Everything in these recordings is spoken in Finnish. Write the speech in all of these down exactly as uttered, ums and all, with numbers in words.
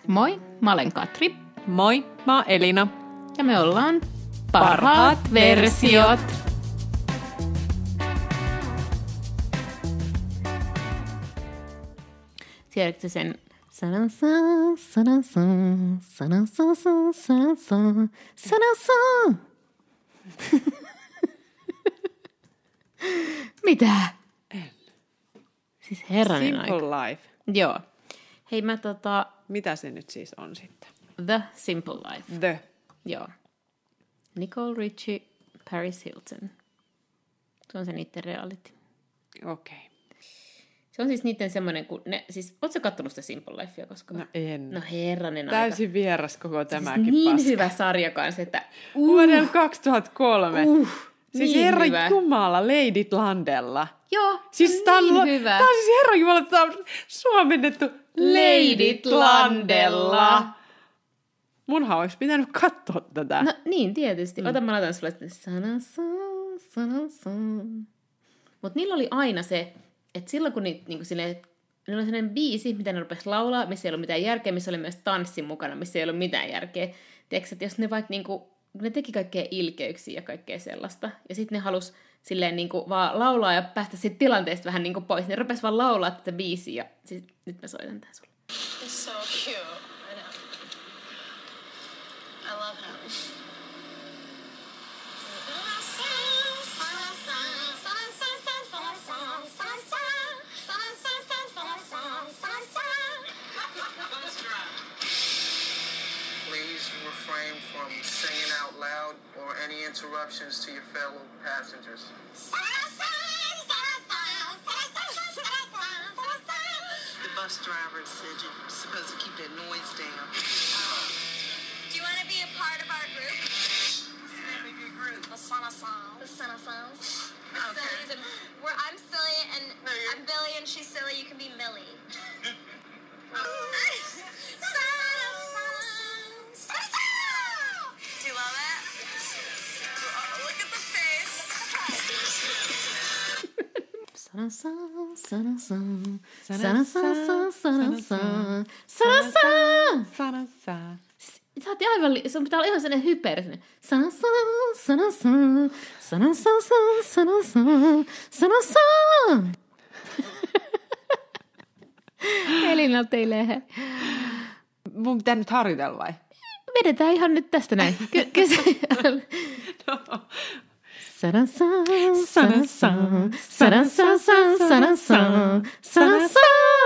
Moi, mä olen Katri. Moi, mä oon Elina. Ja me ollaan Parhaat, Parhaat versiot. Tiedätkö sen sanansa, sanansa, sanansa, sanansa, sanansa. Mitä? En. Siis herranen Simple aika. Life. Joo. Hei mä tota... Mitä se nyt siis on sitten? The Simple Life. The. Joo. Nicole Richie, Paris Hilton. Se on se niiden reality. Okei. Okay. Se on siis niiden semmoinen, kun ne, siis, ootko sä kattonut sitä Simple Lifea koskaan? No en. No herranen aika. Täysin vieras koko tämäkin siis niin paska. hyvä sarja kanssa, että... Uh, Vuoden kaksituhattakolme. Uh, siis niin herra hyvä. Jumala, Lady Landella. Joo, siis niin tää on, hyvä. Tää on siis herra Jumala, tää on suomennettu Lady Landella. Munhan olisi pitänyt katsoa tätä. No niin, tietysti. Mm. Ota, mä laitan sulle sitten sanansa, sanansa. Mutta niillä oli aina se, että silloin kun niitä, niin silleen, niillä oli sellainen biisi, mitä ne rupesi laulaa, missä ei ollut mitään järkeä, missä oli myös tanssi mukana, missä ei ollut mitään järkeä. Tiedätkö, että jos ne vaikka, niin kuin, ne teki kaikkea ilkeyksiä ja kaikkea sellaista, ja sitten ne halusi silleen niin kuin vaan laulaa ja päästä siitä tilanteesta vähän niin kuin pois. Ne rupesi vaan laulaa tätä biisiä, ja siis, nyt mä soitan tämän sulle. He's so cute. I know. I love him. Please refrain from singing out loud or any interruptions to your fellow passengers. The bus driver said you're supposed to keep that noise down. Do you want to be a part of our group? What's the name of your group? The Sana Songs. The Sana Songs. Okay. Sillies and we're, I'm silly and I'm Billy and she's silly. You can be Millie. Do you love it? Oh, look at the face. Sanansa, sanansa, sanansa, sanansa, sanansa. Sanansa. Sä oot aivan, li- sun pitää olla ihan sellainen hyper. Sanansa, sanansa, sanansa, sanansa, sanansa. Elinalta ei lähde. Mun pitää nyt harjoitella vai? Vedetään ihan nyt tästä näin. Ky- kysy- No. Sanansa, sanansa, sanansa, sanansa, sanansa.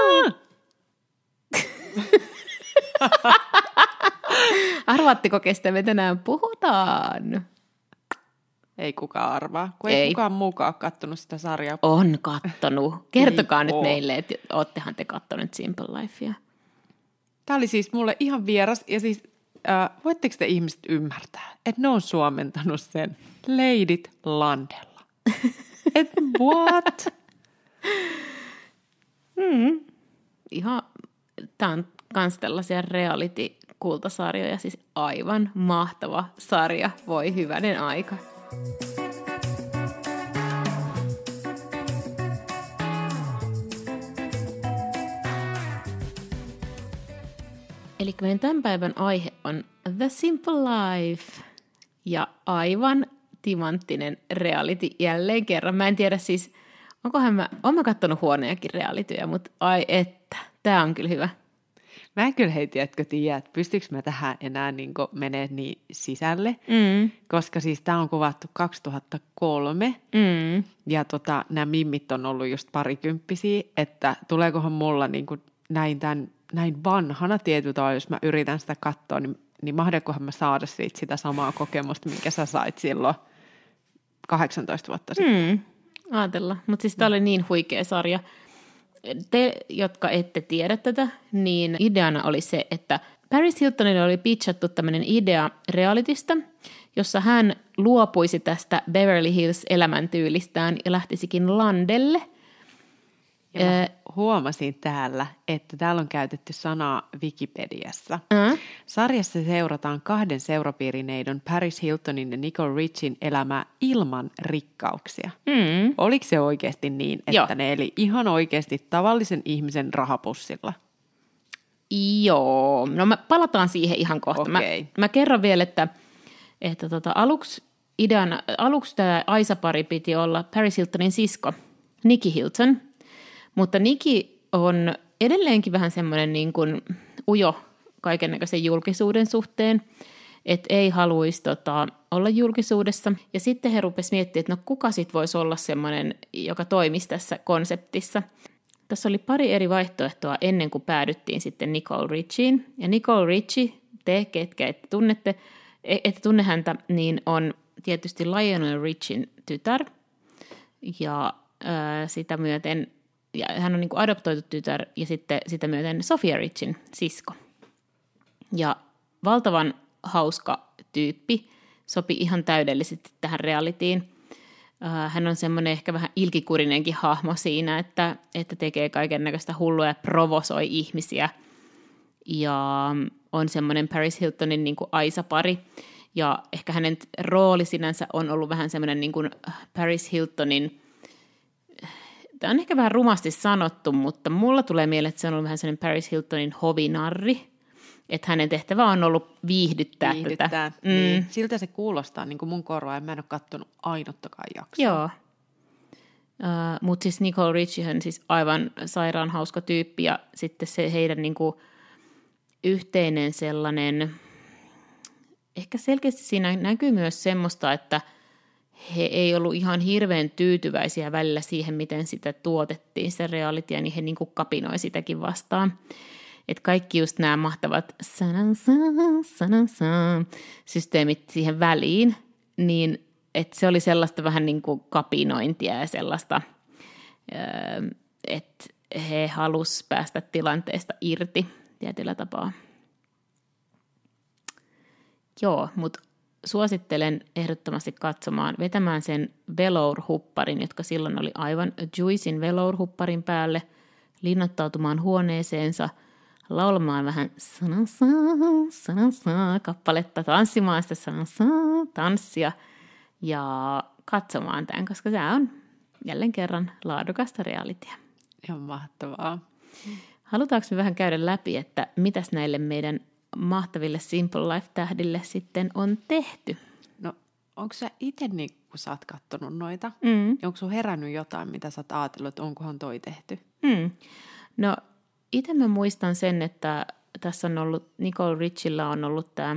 Arvaatteko, kestä me tänään puhutaan? Ei kukaan arvaa, kun ei, Ei. kukaan mukaan ole kattonut sitä sarjaa. On kattonut. Kertokaa Ei nyt oo. meille, että oottehan te kattonut Simple Lifea. Tämä oli siis mulle ihan vieras, ja siis äh, voitteko te ihmiset ymmärtää, että ne on suomentanut sen Leidit Landella. Et what? Mm. Ihan, tää on kans tällaisia reality-kultasarjoja, siis aivan mahtava sarja, voi hyvänen aika. Eli meidän tämän päivän aihe on The Simple Life ja aivan timanttinen reality jälleen kerran. Mä en tiedä siis, onkohan mä, oon mä kattonut huonejakin realityjä, mutta ai että, tää on kyllä hyvä. Mä en kyllä hei tiedätkö tiedä, että pystyykö mä tähän enää niin menee niin sisälle, Mm. koska siis tää on kuvattu kaksituhattakolme Mm. ja tota, nämä mimmit on ollut just parikymppisiä, että tuleekohan mulla niin kuin näin, tämän, näin vanhana tietyllä tavalla, jos mä yritän sitä katsoa, niin, niin mahdankohan mä saada siitä sitä samaa kokemusta, minkä sä sait silloin kahdeksantoista vuotta sitten. Mm. Ajatella, mutta siis tää oli niin huikea sarja. Te, jotka ette tiedä tätä, niin ideana oli se, että Paris Hiltonille oli pitchattu tämmöinen idea realitystä, jossa hän luopuisi tästä Beverly Hills elämäntyylistään ja lähtisikin landelle. Ja mä huomasin täällä, että täällä on käytetty sanaa Wikipediassa. Äh? Sarjassa seurataan kahden seurapiirineidon Paris Hiltonin ja Nicole Richin elämää ilman rikkauksia. Mm. Oliko se oikeasti niin, että Joo. ne eli ihan oikeasti tavallisen ihmisen rahapussilla? Joo, no mä palataan siihen ihan kohta. Mä, Okei. mä kerron vielä, että, että tota, aluksi ideana, aluksi tämä Aisa-pari piti olla Paris Hiltonin sisko, Nikki Hilton, mutta Nikki on edelleenkin vähän semmoinen niin kuin ujo kaikennäköisen julkisuuden suhteen, että ei haluaisi tota, olla julkisuudessa. Ja sitten he rupesivat miettimään, että no kuka sitten voisi olla semmoinen, joka toimisi tässä konseptissa. Tässä oli pari eri vaihtoehtoa ennen kuin päädyttiin sitten Nicole Richien. Ja Nicole Richie, te ketkä ette tunnette, ette tunne häntä, niin on tietysti Lionel Richien tytär. Ja äh, sitä myöten, ja hän on niin kuin adoptoitu tytär ja sitten sitä myöten Sofia Richien sisko. Ja valtavan hauska tyyppi, sopi ihan täydellisesti tähän realityin. Hän on semmoinen ehkä vähän ilkikurinenkin hahmo siinä, että, että tekee kaiken näköistä hullua ja provosoi ihmisiä. Ja on semmoinen Paris Hiltonin niin kuin Aisa-pari. Ja ehkä hänen rooli sinänsä on ollut vähän semmoinen niin kuin Paris Hiltonin, tämä on ehkä vähän rumasti sanottu, mutta mulla tulee mieleen, että se on ollut vähän semmoinen Paris Hiltonin hovinarri. Että hänen tehtävä on ollut viihdyttää, Viihdyttää. tätä. Mm. Niin. Siltä se kuulostaa niin kuin mun korvaan, mä en ole katsonut ainuttakaan jaksoa. Joo. Uh, mutta siis Nicole Richie on siis aivan sairaan hauska tyyppi ja sitten se heidän niinku yhteinen sellainen, ehkä selkeästi siinä näkyy myös semmoista, että he ei ollut ihan hirveän tyytyväisiä välillä siihen, miten sitä tuotettiin, se realitya, niin he niinku kapinoi sitäkin vastaan. Että kaikki just nämä mahtavat sanansa, sanansa, systeemit siihen väliin, niin että se oli sellaista vähän niin kuin kapinointia ja sellaista, että he halusivat päästä tilanteesta irti tietyllä tapaa. Joo, mutta suosittelen ehdottomasti katsomaan, vetämään sen velour-hupparin, jotka silloin oli aivan Juicin velour-hupparin päälle, linnoittautumaan huoneeseensa, laulamaan vähän sanansa, sanansa kappaletta, tanssimaan sitä sanansa, tanssia ja katsomaan tämän, koska tämä on jälleen kerran laadukasta realitya. Ihan mahtavaa. Halutaanko me vähän käydä läpi, että mitäs näille meidän mahtaville Simple Life-tähdille sitten on tehty? No, onko sä itse, niin, kun sä oot kattonut noita, Mm. onko sun herännyt jotain, mitä sä oot ajatellut, että onkohan toi tehty? Mm. No, itse mä muistan sen, että tässä on ollut, Nicole Richillä on ollut tämä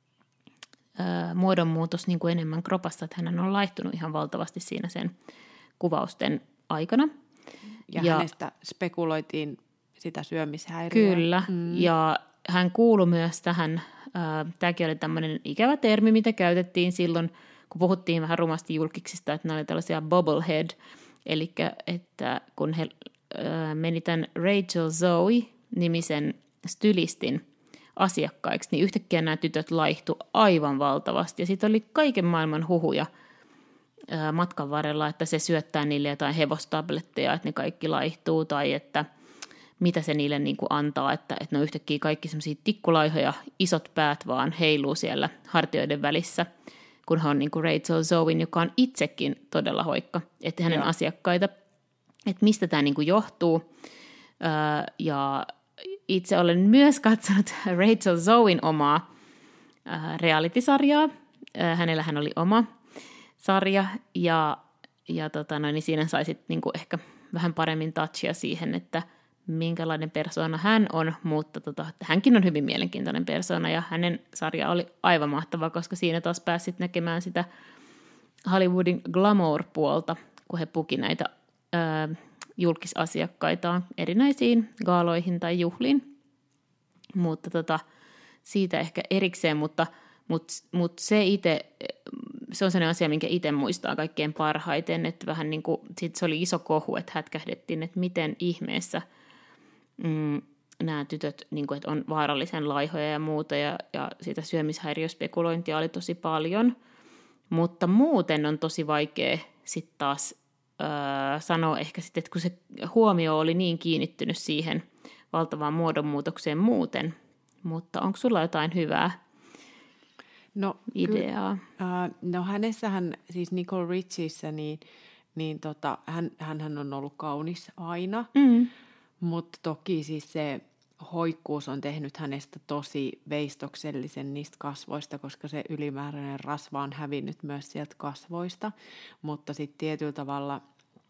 muodonmuutos niin kuin enemmän kropassa, että hän on laihtunut ihan valtavasti siinä sen kuvausten aikana. Ja, Ja- ja hänestä spekuloitiin sitä syömishäiriöä. Kyllä, mm. ja hän kuului myös tähän, äh, tämäkin oli tämmöinen ikävä termi, mitä käytettiin silloin, kun puhuttiin vähän rumasti julkiksista, että ne oli tällaisia bobblehead, eli että kun he äh, meni tämän Rachel Zoe-nimisen stylistin asiakkaiksi, niin yhtäkkiä nämä tytöt laihtu aivan valtavasti, ja sitten oli kaiken maailman huhuja äh, matkan varrella, että se syöttää niille jotain hevostabletteja, että ne kaikki laihtuu, tai että mitä se niille niin kuin antaa, että, että ne on yhtäkkiä kaikki semmoisia tikkulaihoja, isot päät vaan heiluu siellä hartioiden välissä, kun hän on niin kuin Rachel Zoen, joka on itsekin todella hoikka, että hänen Joo. asiakkaita, että mistä tämä niin kuin johtuu. Öö, ja itse olen myös katsonut Rachel Zoen omaa öö, reality-sarjaa. Öö, hänellähän oli oma sarja ja, ja tota, no, niin siinä saisit niin kuin ehkä vähän paremmin touchia siihen, että minkälainen persoona hän on, mutta tota, hänkin on hyvin mielenkiintoinen persoona ja hänen sarja oli aivan mahtava, koska siinä taas pääsit näkemään sitä Hollywoodin glamour-puolta, kun he puki näitä ö, julkisasiakkaitaan erinäisiin gaaloihin tai juhliin. Mutta tota, siitä ehkä erikseen, mutta mut, mut se itse, se on sellainen asia, minkä itse muistaa kaikkein parhaiten, että vähän niin kuin, sit se oli iso kohu, että hätkähdettiin, että miten ihmeessä Mm, nämä tytöt niin kuin, että on vaarallisen laihoja ja muuta, ja, ja sitä syömishäiriöspekulointia oli tosi paljon, mutta muuten on tosi vaikea sitten taas öö, sanoa ehkä sitten, että kun se huomio oli niin kiinnittynyt siihen valtavaan muodonmuutokseen muuten, mutta onko sulla jotain hyvää No, ideaa? Kyllä, äh, no hänessähän, siis Nicole Richissä, niin, niin tota, hän, hänhän on ollut kaunis aina. Mm. Mutta toki siis se hoikkuus on tehnyt hänestä tosi veistoksellisen niistä kasvoista, koska se ylimääräinen rasva on hävinnyt myös sieltä kasvoista, mutta sitten tietyllä tavalla,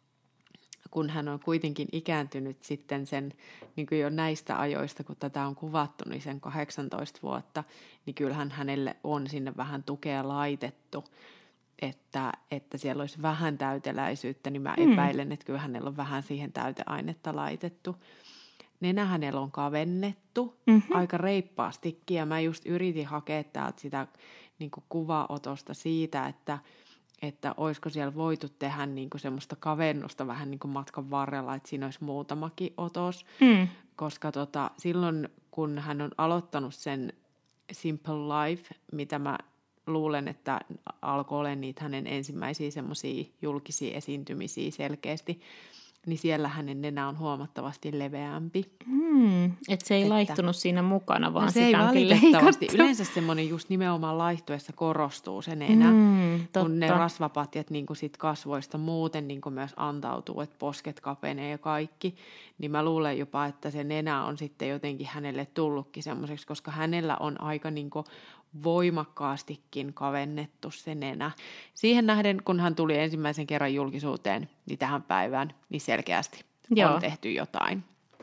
kun hän on kuitenkin ikääntynyt sitten sen niin kuin jo näistä ajoista, kun tätä on kuvattu, niin sen kahdeksantoista vuotta, niin kyllähän hänelle on sinne vähän tukea laitettu, että, että siellä olisi vähän täyteläisyyttä, niin mä epäilen, että kyllä hänellä on vähän siihen täyteainetta laitettu. Nenä hänellä on kavennettu mm-hmm. aika reippaastikin, ja mä just yritin hakea täältä sitä niin kuin kuvaotosta siitä, että, että olisiko siellä voitu tehdä niin kuin semmoista kavennusta vähän niin kuin matkan varrella, että siinä olisi muutamakin otos, mm. koska tota, silloin kun hän on aloittanut sen Simple Life, mitä mä luulen, että alkoi olla niitä hänen ensimmäisiä semmoisia julkisia esiintymisiä selkeästi, niin siellä hänen nenä on huomattavasti leveämpi. Hmm, että se ei että, laihtunut siinä mukana, vaan no se sitä ei onkin valitettavasti. leikattu. Yleensä semmoinen just nimenomaan laihtuessa korostuu se nenä, hmm, kun ne rasvapatjat niin kuin sit kasvoista muuten niin kuin myös antautuu, että posket kapenee ja kaikki. Niin mä luulen jopa, että se nenä on sitten jotenkin hänelle tullutkin semmoiseksi, koska hänellä on aika niin kuin voimakkaastikin kavennettu se nenä. Siihen nähden, kun hän tuli ensimmäisen kerran julkisuuteen, niin tähän päivään, niin selkeästi Joo. on tehty jotain.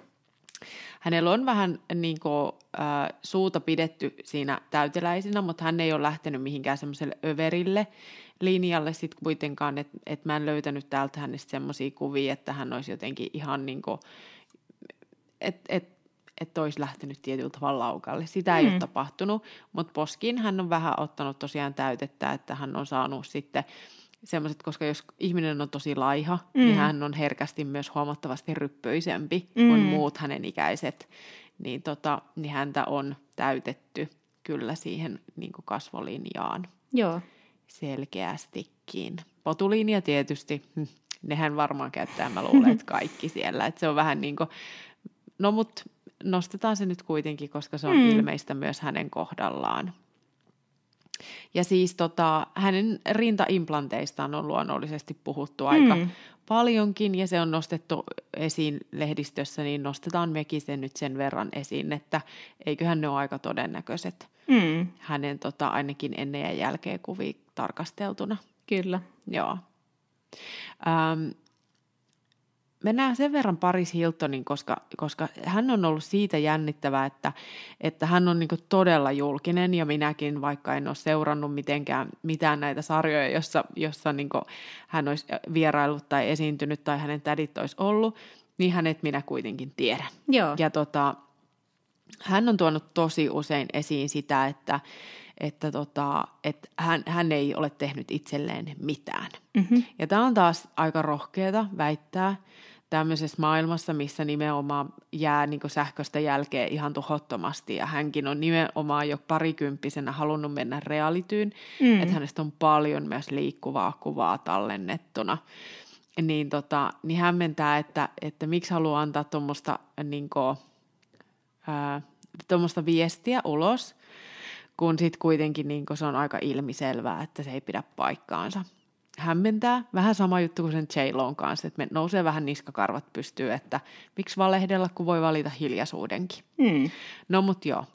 Hänellä on vähän niin kuin, äh, suuta pidetty siinä täyteläisenä, mutta hän ei ole lähtenyt mihinkään semmoiselle överille linjalle sitten kuitenkaan, että et mä en löytänyt täältä hänestä semmoisia kuvia, että hän olisi jotenkin ihan niin kuin, että et, että olisi lähtenyt tietyllä tavalla laukalle. Sitä ei mm. ole tapahtunut, mutta poskiin hän on vähän ottanut tosiaan täytettä, että hän on saanut sitten semmoiset, koska jos ihminen on tosi laiha, mm. niin hän on herkästi myös huomattavasti ryppöisempi mm. kuin muut hänen ikäiset, niin, tota, niin häntä on täytetty kyllä siihen niin kuin kasvolinjaan. Joo. Selkeästikin. Potuliinia tietysti, nehän varmaan käyttää, mä luulen, että kaikki siellä, että se on vähän niin kuin, no mut nostetaan se nyt kuitenkin, koska se on mm. ilmeistä myös hänen kohdallaan. Ja siis tota, hänen rintaimplanteistaan on luonnollisesti puhuttu aika mm. paljonkin, ja se on nostettu esiin lehdistössä, niin nostetaan mekin sen nyt sen verran esiin, että eiköhän ne ole aika todennäköiset mm. hänen tota, ainakin ennen ja jälkeen kuvia tarkasteltuna. Kyllä. Joo. Ähm, Mennään sen verran Paris Hiltonin, koska, koska hän on ollut siitä jännittävä, että, että hän on niin kuin todella julkinen, ja minäkin, vaikka en ole seurannut mitenkään mitään näitä sarjoja, jossa, jossa niin kuin hän olisi vieraillut tai esiintynyt tai hänen tädit olisi ollut, niin hänet minä kuitenkin tiedän. Joo. Ja tota, hän on tuonut tosi usein esiin sitä, että, että, tota, että hän, hän ei ole tehnyt itselleen mitään. Mm-hmm. Ja tämä on taas aika rohkeata väittää tämmöisessä maailmassa, missä nimenomaan jää niin kuin sähköstä jälkeen ihan tuhottomasti, ja hänkin on nimenomaan jo parikymppisenä halunnut mennä realityyn, mm. että hänestä on paljon myös liikkuvaa kuvaa tallennettuna. Niin, tota, niin hämmentää, että, että miksi haluaa antaa tuommoista niin kuin, ää, tuommoista viestiä ulos, kun sitten kuitenkin niin kuin se on aika ilmiselvää, että se ei pidä paikkaansa. Hämmentää. Vähän sama juttu kuin sen J-Lon kanssa, että me nousee vähän niskakarvat pystyy, että miksi valehdella, kun voi valita hiljaisuudenkin. Mm. No mut joo.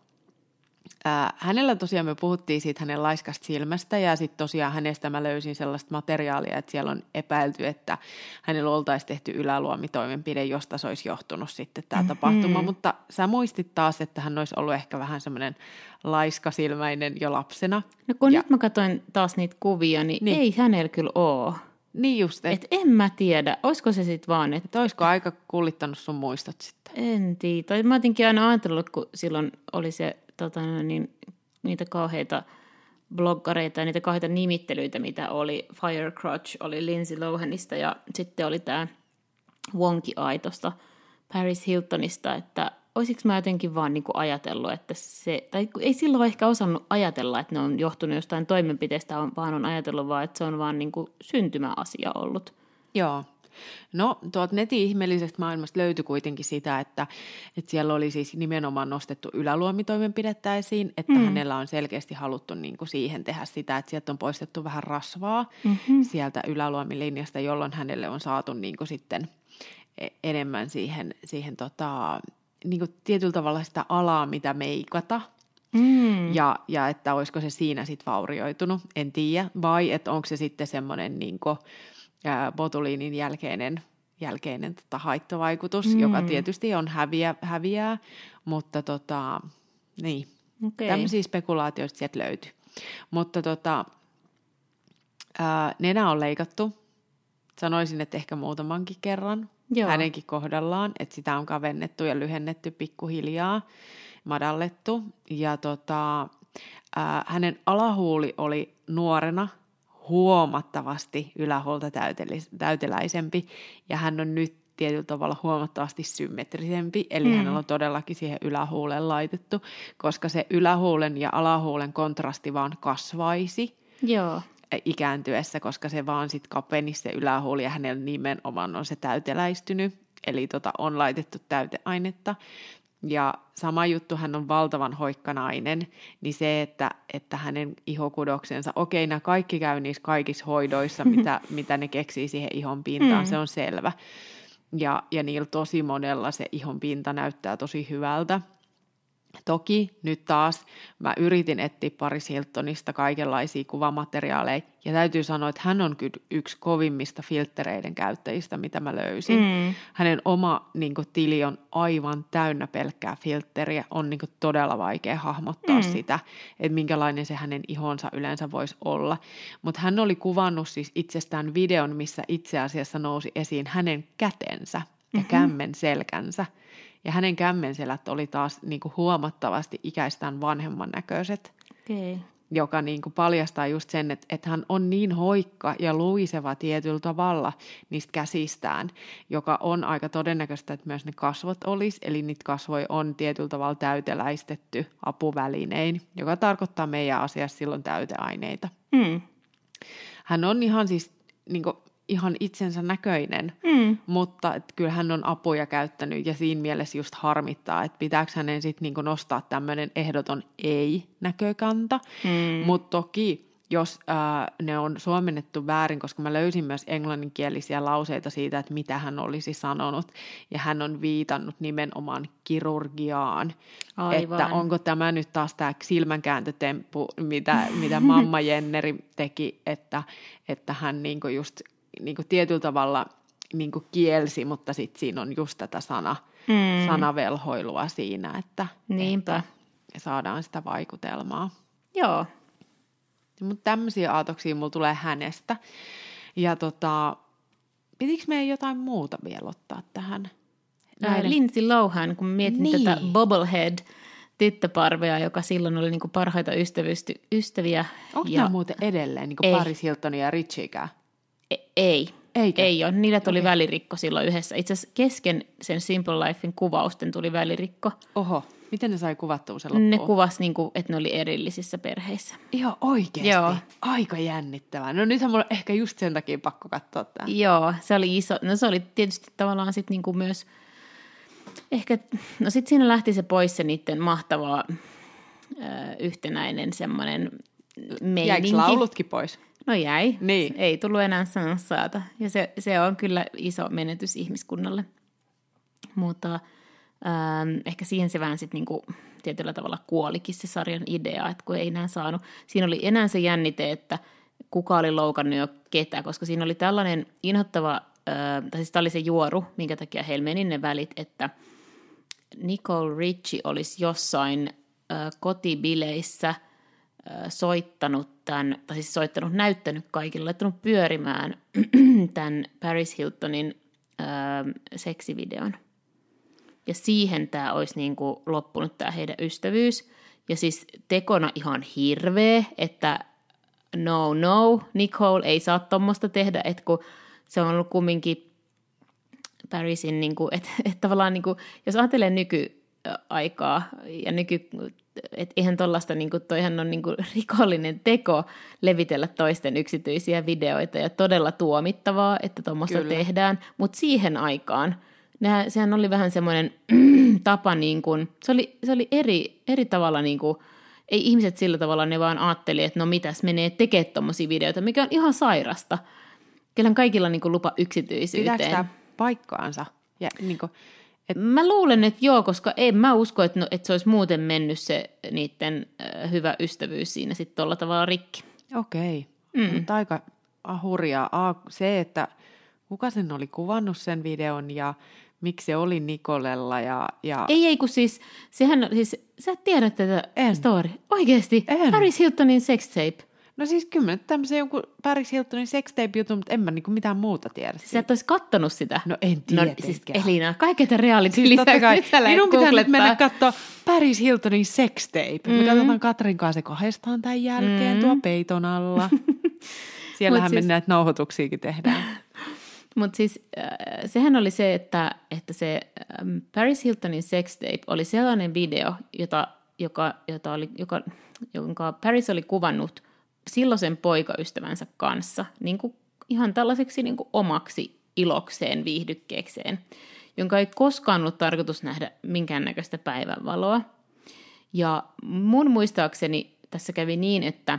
Ää, hänellä tosiaan me puhuttiin siitä hänen laiskasta silmästä, ja sitten tosiaan hänestä mä löysin sellaista materiaalia, että siellä on epäilty, että hänellä oltaisi tehty yläluomitoimenpide, josta se olisi johtunut sitten tämä mm-hmm. tapahtuma, mutta sä muistit taas, että hän olisi ollut ehkä vähän semmoinen laiskasilmäinen jo lapsena. No kun ja... nyt mä katsoin taas niitä kuvia, niin, niin. ei hänellä kyllä ole. Niin just. Et... Et en mä tiedä, olisiko se sitten vaan, että... Et olisiko aika kullittanut sun muistot sitten? En tiedä. Tai mä jotenkin aina ajatellut, kun silloin oli se... Tota, niin, niitä kauheita bloggareita ja niitä kauheita nimittelyitä, mitä oli. Fire Crotch oli Lindsay Lohanista, ja sitten oli tämä Wonky Eye tuosta Paris Hiltonista, että olisiko mä jotenkin vaan niin kuin ajatellut, että se, tai ei silloin ehkä osannut ajatella, että ne on johtunut jostain toimenpiteestä, vaan on ajatellut vaan, että se on vaan niin kuin syntymäasia ollut. Joo. No, tuolta netin ihmeellisestä maailmasta löytyi kuitenkin sitä, että, että siellä oli siis nimenomaan nostettu yläluomitoimenpidettä esiin, että mm. hänellä on selkeästi haluttu niin kuin siihen tehdä sitä, että sieltä on poistettu vähän rasvaa mm-hmm. sieltä yläluomilinjasta, jolloin hänelle on saatu niin kuin sitten enemmän siihen, siihen tota, niin kuin tietyllä tavalla sitä alaa, mitä meikata. Mm. Ja, ja että olisiko se siinä sitten vaurioitunut, en tiedä. Vai että onko se sitten semmoinen niin kuin, ää, botuliinin jälkeinen, jälkeinen tota, haittavaikutus, mm. joka tietysti on häviä, häviää, mutta tota, niin, Okay. tämmöisiä spekulaatioita sieltä löytyy. Mutta tota, ää, nenä on leikattu. Sanoisin, että ehkä muutamankin kerran. Joo. Hänenkin kohdallaan, että sitä on kavennettu ja lyhennetty pikkuhiljaa, madallettu. Ja tota, ää, hänen alahuuli oli nuorena huomattavasti ylähuolta täyteläisempi, ja hän on nyt tietyllä tavalla huomattavasti symmetrisempi, eli mm. hänellä on todellakin siihen ylähuuleen laitettu, koska se ylähuulen ja alahuulen kontrasti vaan kasvaisi. Joo. Ikääntyessä, koska se vaan sitten kapeni se ylähuuli ja hänellä nimenomaan on se täyteläistynyt, eli tota, on laitettu täyteainetta. Ja sama juttu, hän on valtavan hoikkanainen, niin se, että, että hänen ihokudoksensa, okei, nämä kaikki käy niissä kaikissa hoidoissa, mitä, mitä ne keksii siihen ihon pintaan, mm. se on selvä. Ja, ja niillä tosi monella se ihon pinta näyttää tosi hyvältä. Toki nyt taas mä yritin etsiä Paris Hiltonista kaikenlaisia kuvamateriaaleja, ja täytyy sanoa, että hän on kyllä yksi kovimmista filttereiden käyttäjistä, mitä mä löysin. Mm. Hänen oma niin kuin, tili on aivan täynnä pelkkää filtteriä, on niin kuin, todella vaikea hahmottaa mm. sitä, että minkälainen se hänen ihonsa yleensä voisi olla. Mutta hän oli kuvannut siis itsestään videon, missä itse asiassa nousi esiin hänen kätensä ja mm-hmm. kämmen selkänsä. Ja hänen kämmenselät oli taas niin kuin huomattavasti ikäistään vanhemman näköiset, okay. joka niin kuin paljastaa just sen, että, että hän on niin hoikka ja luiseva tietyllä tavalla niistä käsistään, joka on aika todennäköistä, että myös ne kasvot olisi, eli niitä kasvoja on tietyllä tavalla täyteläistetty apuvälinein, joka tarkoittaa meidän asiassa silloin täyteaineita. Mm. Hän on ihan siis niin kuin ihan itsensä näköinen, mm. mutta et kyllä hän on apuja käyttänyt ja siinä mielessä just harmittaa, että pitääkö hänen sitten niinku nostaa tämmöinen ehdoton ei-näkökanta, mm. mutta toki jos ää, ne on suomennettu väärin, koska mä löysin myös englanninkielisiä lauseita siitä, että mitä hän olisi sanonut, ja hän on viitannut nimenomaan kirurgiaan, Aivan. että onko tämä nyt taas tämä silmänkääntötemppu, mitä, mitä mamma Jenneri teki, että, että hän niinku just niinku tietyllä tavalla niinku kielsi, mutta sitten siinä on just tätä sana, mm. sanavelhoilua siinä, että, Niinpä. että saadaan sitä vaikutelmaa. Joo. Mutta tämmöisiä aatoksia mulla tulee hänestä. Ja tota, pitikö meidän jotain muuta vielä ottaa tähän? Näiden... Lindsay Lohan, kun mietin niin. tätä Bobblehead tyttöparvea, joka silloin oli niinku parhaita ystävysty- ystäviä. Onko ja... nämä muuten edelleen niinku Paris Hiltonia ja Richieikään? Ei. Eikä? Ei ole. Niille tuli okay. välirikko silloin yhdessä. Itse asiassa kesken sen Simple Lifein kuvausten tuli välirikko. Oho, miten ne sai kuvattua sen loppuun? Ne kuvasi, niin kuin, että ne oli erillisissä perheissä. Ihan oikeasti? Joo. Aika jännittävää. No nythän mulla on ehkä just sen takia pakko katsoa tämä. Joo, se oli iso. No se oli tietysti tavallaan sitten niin kuin myös, ehkä, no sitten siinä lähti se pois se niiden mahtava ö, yhtenäinen semmoinen meininki. Jäikö laulutkin pois? No jäi. Niin. Ei tullut enää sanoa saata. Ja se, se on kyllä iso menetys ihmiskunnalle. Mutta ähm, ehkä siihen se vähän sitten niinku tietyllä tavalla kuolikin se sarjan idea, että kun ei enää saanut. Siinä oli enää se jännite, että kuka oli loukannut jo ketä, koska siinä oli tällainen inhottava, äh, tai siis tämä oli se juoru, minkä takia heillä meni ne välit, että Nicole Richie olisi jossain äh, kotibileissä soittanut tämän, tai siis soittanut, näyttänyt kaikille, laittanut pyörimään tämän Paris Hiltonin ö, seksivideon. Ja siihen tämä olisi niin kuin loppunut tämä heidän ystävyys. Ja siis tekona ihan hirveä, että no, no, Nicole ei saa tommoista tehdä, että kun se on ollut kumminkin Parisin, niin kuin, että, että tavallaan niin kuin, jos ajattelee nykyaikaa ja nyky että eihän tuollaista, niin toihan on niin kuin rikollinen teko levitellä toisten yksityisiä videoita ja todella tuomittavaa, että tuommoista tehdään. Mutta siihen aikaan, nää, sehän oli vähän semmoinen tapa, niin kuin, se oli, se oli eri, eri tavalla, niin kuin, ei ihmiset sillä tavalla, ne vaan ajatteli, että no mitäs menee tekemään tuommoisia videoita, mikä on ihan sairasta. Kyllä kaikilla niin kuin lupa yksityisyyteen. Pitääkö tämä paikkaansa? Ja, niin kuin, Mä luulen, että joo, koska en mä usko, että, no, että se olisi muuten mennyt se niiden äh, hyvä ystävyys siinä sitten tuolla tavalla rikki. Okei, Mm. mutta aika hurjaa. Se, että kuka sen oli kuvannut sen videon ja miksi se oli Nicolella ja... ja... Ei, ei, kun siis, sehän, siis sä et tiedä tätä En. story. Oikeesti, En. Paris Hiltonin sex tape. No siis kyllä mä nyt tämmöisen jonkun Paris Hiltonin sextape-jutun, mutta en mä niinku mitään muuta tiedä. Sä et olisi kattonut sitä. No en No tietenkään. siis Elina, kaiketa reality Siis totta kai, lisäksi, minun pitää nyt mennä katsoa Paris Hiltonin sextape. Mm. Me katsotaan Katrin kanssa se kahdestaan tämän jälkeen mm. tuo peiton alla. Siellähän Mut me siis- näitä nauhoituksiakin tehdään. Mutta siis äh, sehän oli se, että, että se ähm, Paris Hiltonin sex tape oli sellainen video, jota, joka, jota oli, joka, jonka Paris oli kuvannut silloisen poikaystävänsä kanssa niin kuin ihan tällaiseksi niin kuin omaksi ilokseen, viihdykkeekseen, jonka ei koskaan ollut tarkoitus nähdä minkäännäköistä päivänvaloa. Ja mun muistaakseni tässä kävi niin, että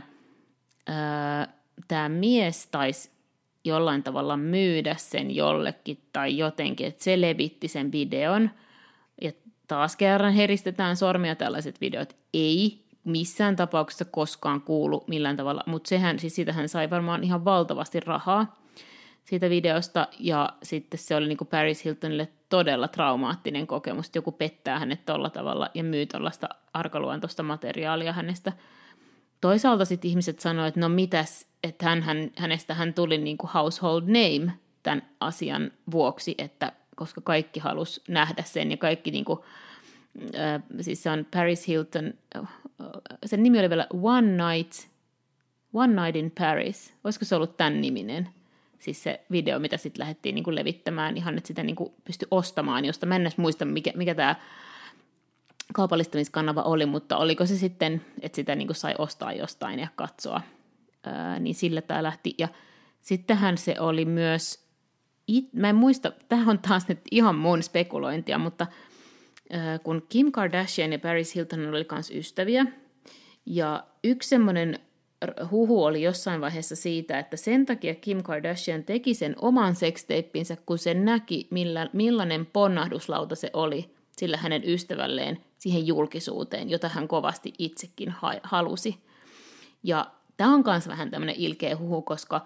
tämä mies taisi jollain tavalla myydä sen jollekin tai jotenkin, että se levitti sen videon. Ja taas kerran heristetään sormia, tällaiset videot ei missään tapauksessa koskaan kuulu millään tavalla, mutta sehän, siis siitähän sai varmaan ihan valtavasti rahaa siitä videosta, ja sitten se oli niin kuin Paris Hiltonille todella traumaattinen kokemus, että joku pettää hänet tolla tavalla ja myy tollaista arkaluontoista materiaalia hänestä. Toisaalta sitten ihmiset sanoivat, että no mitäs, että hän, hän, hänestä hän tuli niin kuin household name tämän asian vuoksi, että koska kaikki halusi nähdä sen ja kaikki niin kuin, äh, siis se on Paris Hilton, äh, sen nimi oli vielä One Night, One Night in Paris, olisiko se ollut tämän niminen? Siis se video, mitä sitten lähdettiin niin kuin levittämään ihan, että sitä niin kuin pystyi ostamaan, josta mä en edes muista, mikä, mikä tämä kaupallistamiskanava oli, mutta oliko se sitten, että sitä niin kuin sai ostaa jostain ja katsoa, ää, niin sillä tämä lähti. Ja sittenhän se oli myös, it, mä en muista, tämä on taas nyt ihan mun spekulointia, mutta ää, kun Kim Kardashian ja Paris Hilton oli myös ystäviä, ja yksi semmoinen huhu oli jossain vaiheessa siitä, että sen takia Kim Kardashian teki sen oman sextapepinsä, kun se näki, millä, millainen ponnahduslauta se oli sillä hänen ystävälleen siihen julkisuuteen, jota hän kovasti itsekin ha- halusi. Ja tämä on myös vähän tämmöinen ilkeä huhu, koska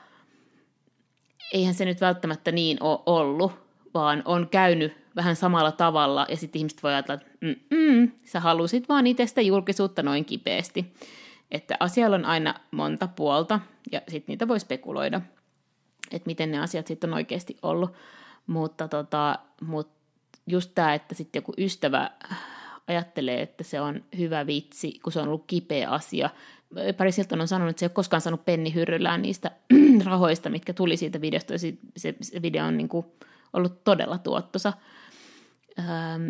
eihän se nyt välttämättä niin ole ollut, vaan on käynyt vähän samalla tavalla, ja sitten ihmiset voi ajatella, että mm, sä halusit vaan itsestä julkisuutta noin kipeästi. Että asialla on aina monta puolta, ja sitten niitä voi spekuloida, että miten ne asiat sitten on oikeasti ollut. Mutta tota, mut just tämä, että sitten joku ystävä ajattelee, että se on hyvä vitsi, kun se on ollut kipeä asia. Paris Hilton on sanonut, että se ei ole koskaan saanut penni hyrryllään niistä rahoista, mitkä tuli siitä videosta, ja se, se video on niin kuin ollut todella tuottosa. Ähm,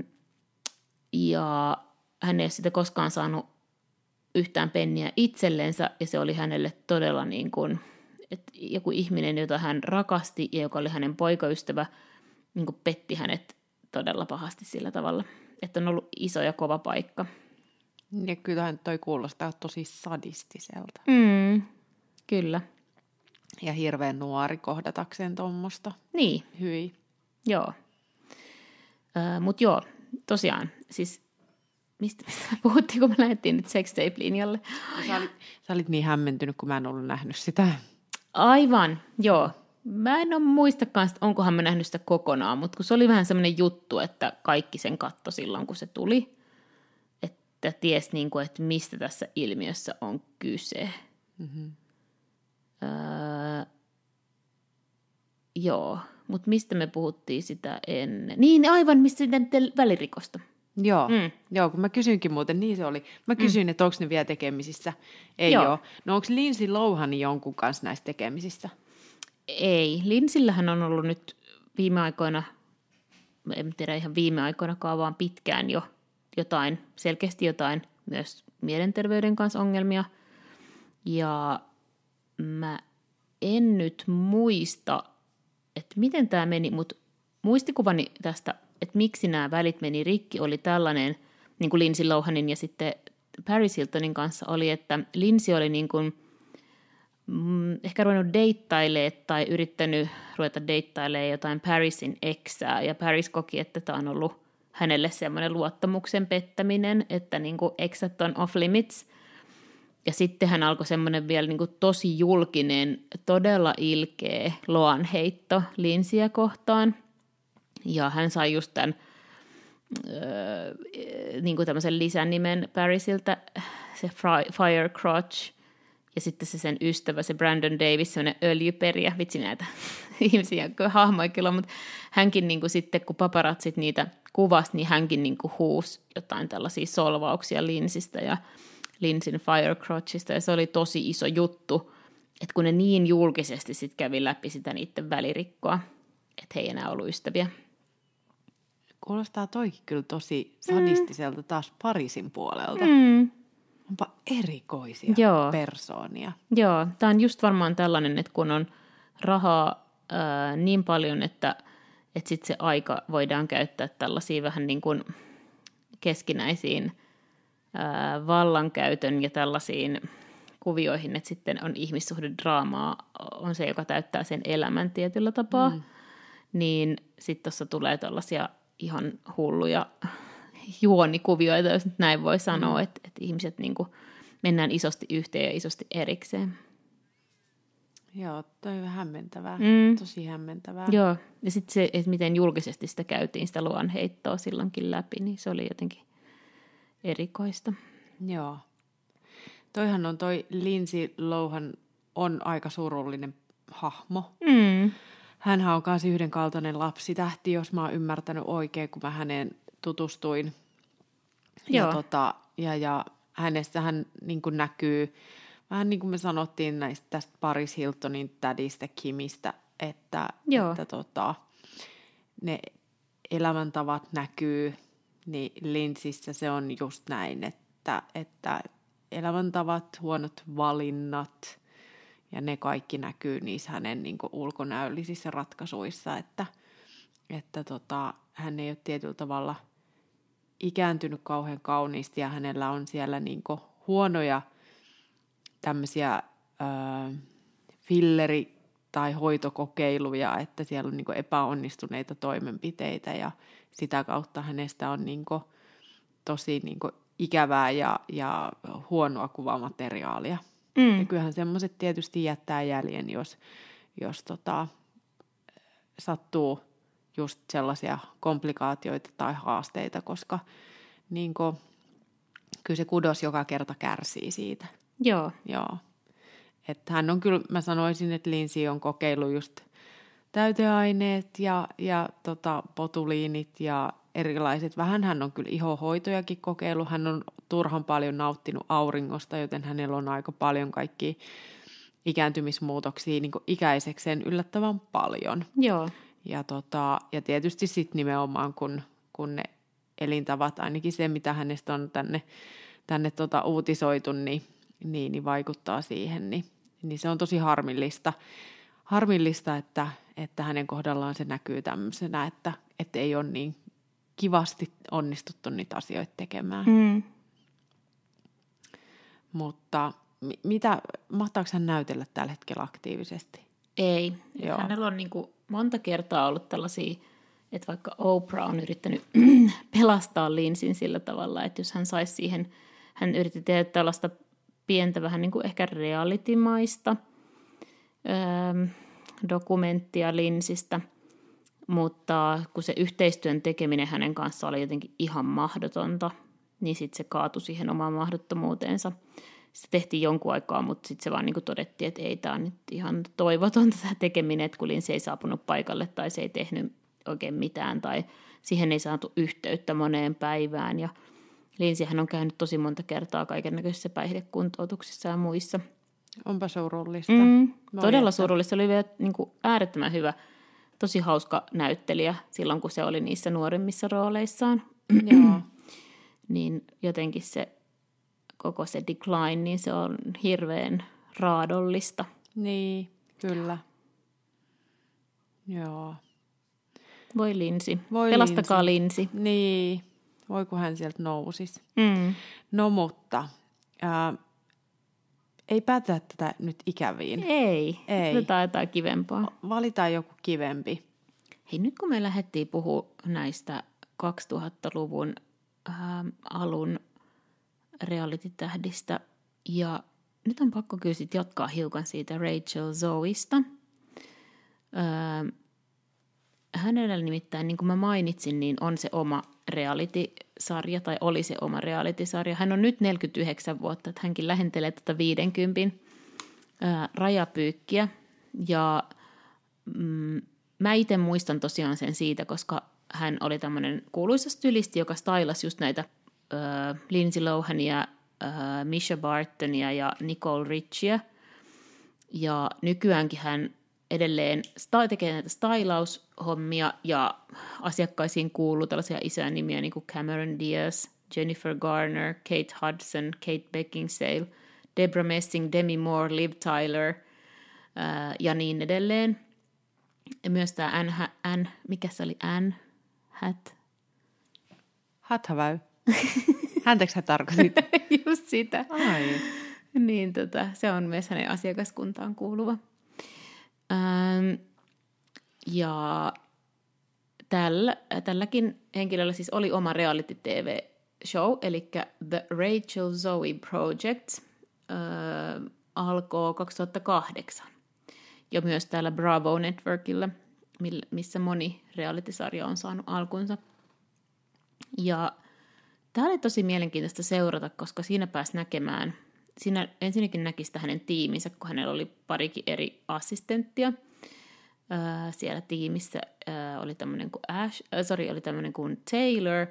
ja hän ei ole sitä koskaan saanut yhtään penniä itsellensä, ja se oli hänelle todella niin kuin, että joku ihminen, jota hän rakasti, ja joka oli hänen poikaystävä, niin kuin petti hänet todella pahasti sillä tavalla, että on ollut iso ja kova paikka. Ja kyllähän toi kuulostaa tosi sadistiselta. Mm, kyllä. Ja hirveän nuori kohdatakseen tuommoista. Niin, Hyi. joo. Äh, Mutta joo, tosiaan, siis mistä, mistä me puhuttiin, kun me lähdettiin nyt sextape-linjalle? Sä olit, sä olit niin hämmentynyt, kun mä en ollut nähnyt sitä. Aivan, joo. Mä en ole muistakaan, että onkohan mä nähnyt sitä kokonaan, mutta kun se oli vähän semmoinen juttu, että kaikki sen katto silloin, kun se tuli, että ties niin kuin, että mistä tässä ilmiössä on kyse. Mm-hmm. Öö, joo, mutta mistä me puhuttiin sitä ennen? Niin, aivan, mistä sitten välirikosta. Joo, Mm. joo, kun mä kysyinkin muuten, niin se oli. Mä kysyin, mm. että onko ne vielä tekemisissä. Ei Joo. ole. No onko Lindsay Lohan jonkun kanssa näissä tekemisissä? Ei, Lindsillähän on ollut nyt viime aikoina, en tiedä ihan viime aikoinakaan, vaan pitkään jo jotain, selkeästi jotain myös mielenterveyden kanssa ongelmia. Ja mä en nyt muista, että miten tämä meni, mutta muistikuvani tästä, että miksi nämä välit meni rikki, oli tällainen, niin kuin Lindsay Lohanin ja sitten Paris Hiltonin kanssa oli, että Lindsay oli niin kuin mm, ehkä ruvennut deittailemaan tai yrittänyt ruveta deittailemaan jotain Parisin eksää, ja Paris koki, että tämä on ollut hänelle semmoinen luottamuksen pettäminen, että niin kuin exat on off limits. Ja sitten hän alkoi semmoinen vielä niin kuin tosi julkinen, todella ilkeä loanheitto Lindsayä kohtaan. Ja hän sai just tämän öö, niin kuin tämmöisen lisänimen Parisilta, se Fire Crotch. Ja sitten se sen ystävä, se Brandon Davis, semmoinen öljyperiä. Vitsi näitä ihmisiä, hahmoja kyllä, mutta hänkin niin kuin sitten, kun paparatsit niitä kuvasi, niin hänkin niin kuin huusi jotain tällaisia solvauksia Lindsaystä ja Lindsayn Firecrotchista, ja se oli tosi iso juttu, että kun ne niin julkisesti sitten kävi läpi sitä niiden välirikkoa, että he ei enää ollut ystäviä. Kuulostaa toikin kyllä tosi sadistiselta mm. taas Parisin puolelta. Mm. Onpa erikoisia Joo. persoonia. Joo, tämä on just varmaan tällainen, että kun on rahaa ää, niin paljon, että, että sitten se aika voidaan käyttää tällaisiin vähän niin kuin keskinäisiin ää, vallankäytön ja tällaisiin kuvioihin, että sitten on ihmissuhdedraamaa, on se, joka täyttää sen elämän tietyllä tapaa, mm. niin sitten tuossa tulee tällaisia ihan hulluja juonikuvioita, jos nyt näin voi sanoa, mm. että, että ihmiset niin kuin mennään isosti yhteen ja isosti erikseen. Joo, toi on hämmentävää, Mm. tosi hämmentävää. Joo, ja sitten se, että miten julkisesti sitä käytiin, sitä luonheittoa silloinkin läpi, niin se oli jotenkin erikoista. Joo. Toihan on toi Lindsay Lohan on aika surullinen hahmo. Mm. Hänhän on myös yhdenkaltainen lapsitähti, jos mä oon ymmärtänyt oikein, kun mä häneen tutustuin. Joo. Ja, tota, ja, ja hänestä hän niin kuin näkyy, vähän niin kuin me sanottiin näistä tästä Paris Hiltonin tädistä Kimistä, että, että tota, ne elämäntavat näkyy, niin Lindsayssä se on just näin, että, että elämäntavat, huonot valinnat ja ne kaikki näkyy niissä hänen niin kuin ulkonäöllisissä ratkaisuissa, että, että tota, hän ei ole tietyllä tavalla ikääntynyt kauhean kauniisti ja hänellä on siellä niin kuin huonoja tämmöisiä öö, filleri- tai hoitokokeiluja, että siellä on niin kuin epäonnistuneita toimenpiteitä ja sitä kautta hänestä on niin kuin tosi niin kuin ikävää ja, ja huonoa kuvamateriaalia. Mm. Ja kyllähän semmoiset tietysti jättää jäljen, jos, jos tota, sattuu just sellaisia komplikaatioita tai haasteita, koska niin kuin, kyllä se kudos joka kerta kärsii siitä. Joo. Joo. Että hän on kyllä, mä sanoisin, että Lindsay on kokeillut just täyteaineet ja, ja tota, potuliinit ja erilaiset. Vähän hän on kyllä ihohoitojakin kokeillut. Hän on turhan paljon nauttinut auringosta, joten hänellä on aika paljon kaikkia ikääntymismuutoksia niin kuin ikäisekseen yllättävän paljon. Joo. Ja, tota, ja tietysti sitten nimenomaan, kun, kun ne elintavat, ainakin se, mitä hänestä on tänne, tänne tota uutisoitu, niin, niin, niin vaikuttaa siihen. Niin, niin se on tosi harmillista, harmillista että, että hänen kohdallaan se näkyy tämmöisenä, että, että ei ole niin kivasti onnistuttu niitä asioita tekemään. Mm. Mutta mitä, mahtaako hän näytellä tällä hetkellä aktiivisesti? Ei. Joo. Hänellä on niin kuin monta kertaa ollut tällaisia, että vaikka Oprah on yrittänyt pelastaa Lindsayn sillä tavalla, että jos hän saisi siihen, hän yritti tehdä tällaista pientä vähän niin kuin ehkä reality-maista öö, dokumenttia Lindsaystä, mutta kun se yhteistyön tekeminen hänen kanssaan oli jotenkin ihan mahdotonta, niin sitten se kaatui siihen omaan mahdottomuuteensa. Se tehtiin jonkun aikaa, mutta sitten se vaan niin kuin todettiin, että ei, tämä on nyt ihan toivotonta tämä tekeminen, että kun Lindsay ei saapunut paikalle tai se ei tehnyt oikein mitään tai siihen ei saatu yhteyttä moneen päivään. Ja Lindsayhän on käynyt tosi monta kertaa kaikennäköisissä päihdekuntoutuksissa ja muissa. Onpa surullista. Mm, todella surullista. Se oli vielä niin kuin äärettömän hyvä, tosi hauska näyttelijä silloin, kun se oli niissä nuorimmissa rooleissaan. Joo. Niin jotenkin se koko se decline, niin se on hirveän raadollista. Niin, kyllä. Joo. Voi Lindsay. Voi Pelastakaa Lindsay. Niin, voi kun hän sieltä nousisi. Mm. No mutta, ää, ei päätä tätä nyt ikäviin. Ei, Ei. Otetaan jotain kivempaa. Valitaan joku kivempi. Hei, nyt kun me lähdettiin puhua näistä kaksituhattaluvun äh, alun reality-tähdistä. Ja nyt on pakko kyllä sit jatkaa hiukan siitä Rachel Zoesta. Öö, hänellä nimittäin, niin kuin mä mainitsin, niin on se oma reality-sarja, tai oli se oma reality-sarja. Hän on nyt neljäkymmentäyhdeksän vuotta, että hänkin lähentelee tätä viidenkymmenen öö, rajapyykkiä. Ja mm, mä itse muistan tosiaan sen siitä, koska hän oli tämmöinen kuuluisa stylisti, joka stylasi just näitä öö, Lindsay Lohania, öö, Misha Bartonia ja Nicole Richia. Ja nykyäänkin hän edelleen tekee näitä stylaushommia ja asiakkaisiin kuuluu tällaisia isoja nimiä niin kuin Cameron Diaz, Jennifer Garner, Kate Hudson, Kate Beckinsale, Debra Messing, Demi Moore, Liv Tyler ää, ja niin edelleen. Ja myös tämä Anne, Anne, mikä se oli, Anne Hat? Hathaway. Häntäkö sä tarkoitit? Just sitä. Ai. Niin tota, se on myös hänen asiakaskuntaan kuuluva. Ähm, ja tällä, tälläkin henkilöllä siis oli oma reality-T V-show, eli The Rachel Zoe Project äh, alkoi kaksituhattakahdeksan. Ja myös täällä Bravo Networkilla, missä moni reality-sarja on saanut alkunsa. Ja tämä oli tosi mielenkiintoista seurata, koska siinä pääsi näkemään, siinä ensinnäkin näki sitä hänen tiiminsä, kun hänellä oli parikin eri assistenttia. Äh, siellä tiimissä äh, oli tämmöinen kuin Ash, äh, sorry, oli tämmöinen kuin Taylor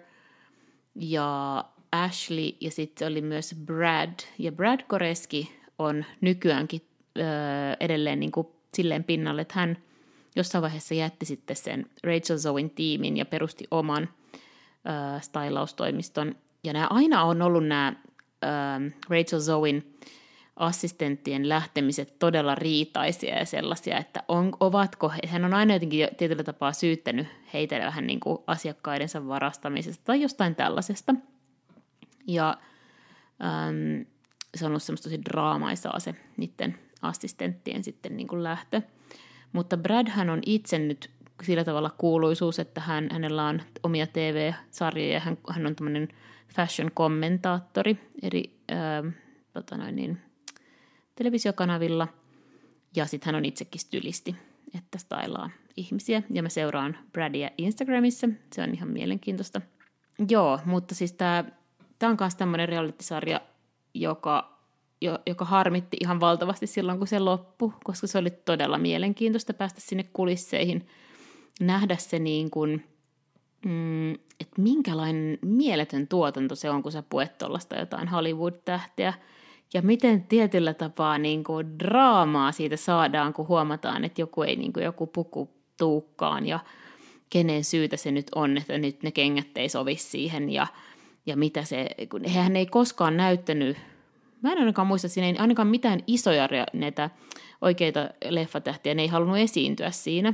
ja Ashley ja sitten oli myös Brad. Ja Brad Koreski on nykyäänkin äh, edelleen niin kuin silleen pinnalle, että hän jossain vaiheessa jätti sitten sen Rachel Zoen tiimin ja perusti oman äh, stylaustoimiston. Ja nämä aina on ollut nämä äh, Rachel Zoen assistenttien lähtemiset todella riitaisia ja sellaisia, että on, ovatko, hän on aina jotenkin tietyllä tapaa syyttänyt heitä vähän niin kuin asiakkaidensa varastamisesta tai jostain tällaisesta. Ja ähm, se on ollut semmoista tosi draamaisaa se niiden assistenttien sitten niin kuin lähtö. Mutta Bradhän on itse nyt sillä tavalla kuuluisuus, että hän, hänellä on omia T V-sarjoja ja hän, hän on tämmöinen fashion-kommentaattori eri ähm, tota noin niin, televisiokanavilla. Ja sitten hän on itsekin stylisti, että stylaa ihmisiä. Ja mä seuraan Bradia Instagramissa, se on ihan mielenkiintoista. Joo, mutta siis tää, tää on myös tämmöinen reality-sarja, joka, jo, joka harmitti ihan valtavasti silloin, kun se loppui, koska se oli todella mielenkiintoista päästä sinne kulisseihin, nähdä se niin kuin, mm, että minkälainen mieletön tuotanto se on, kun sä puet tuollaista jotain Hollywood-tähteä, ja miten tietyllä tapaa niin kuin draamaa siitä saadaan, kun huomataan, että joku ei niin kuin joku puku tuukkaan ja kenen syytä se nyt on, että nyt ne kengät ei sovi siihen ja, ja mitä se, kun hän ei koskaan näyttänyt, mä en ainakaan muista, että siinä ei ainakaan mitään isoja näitä oikeita leffatähtiä, ne ei halunnut esiintyä siinä,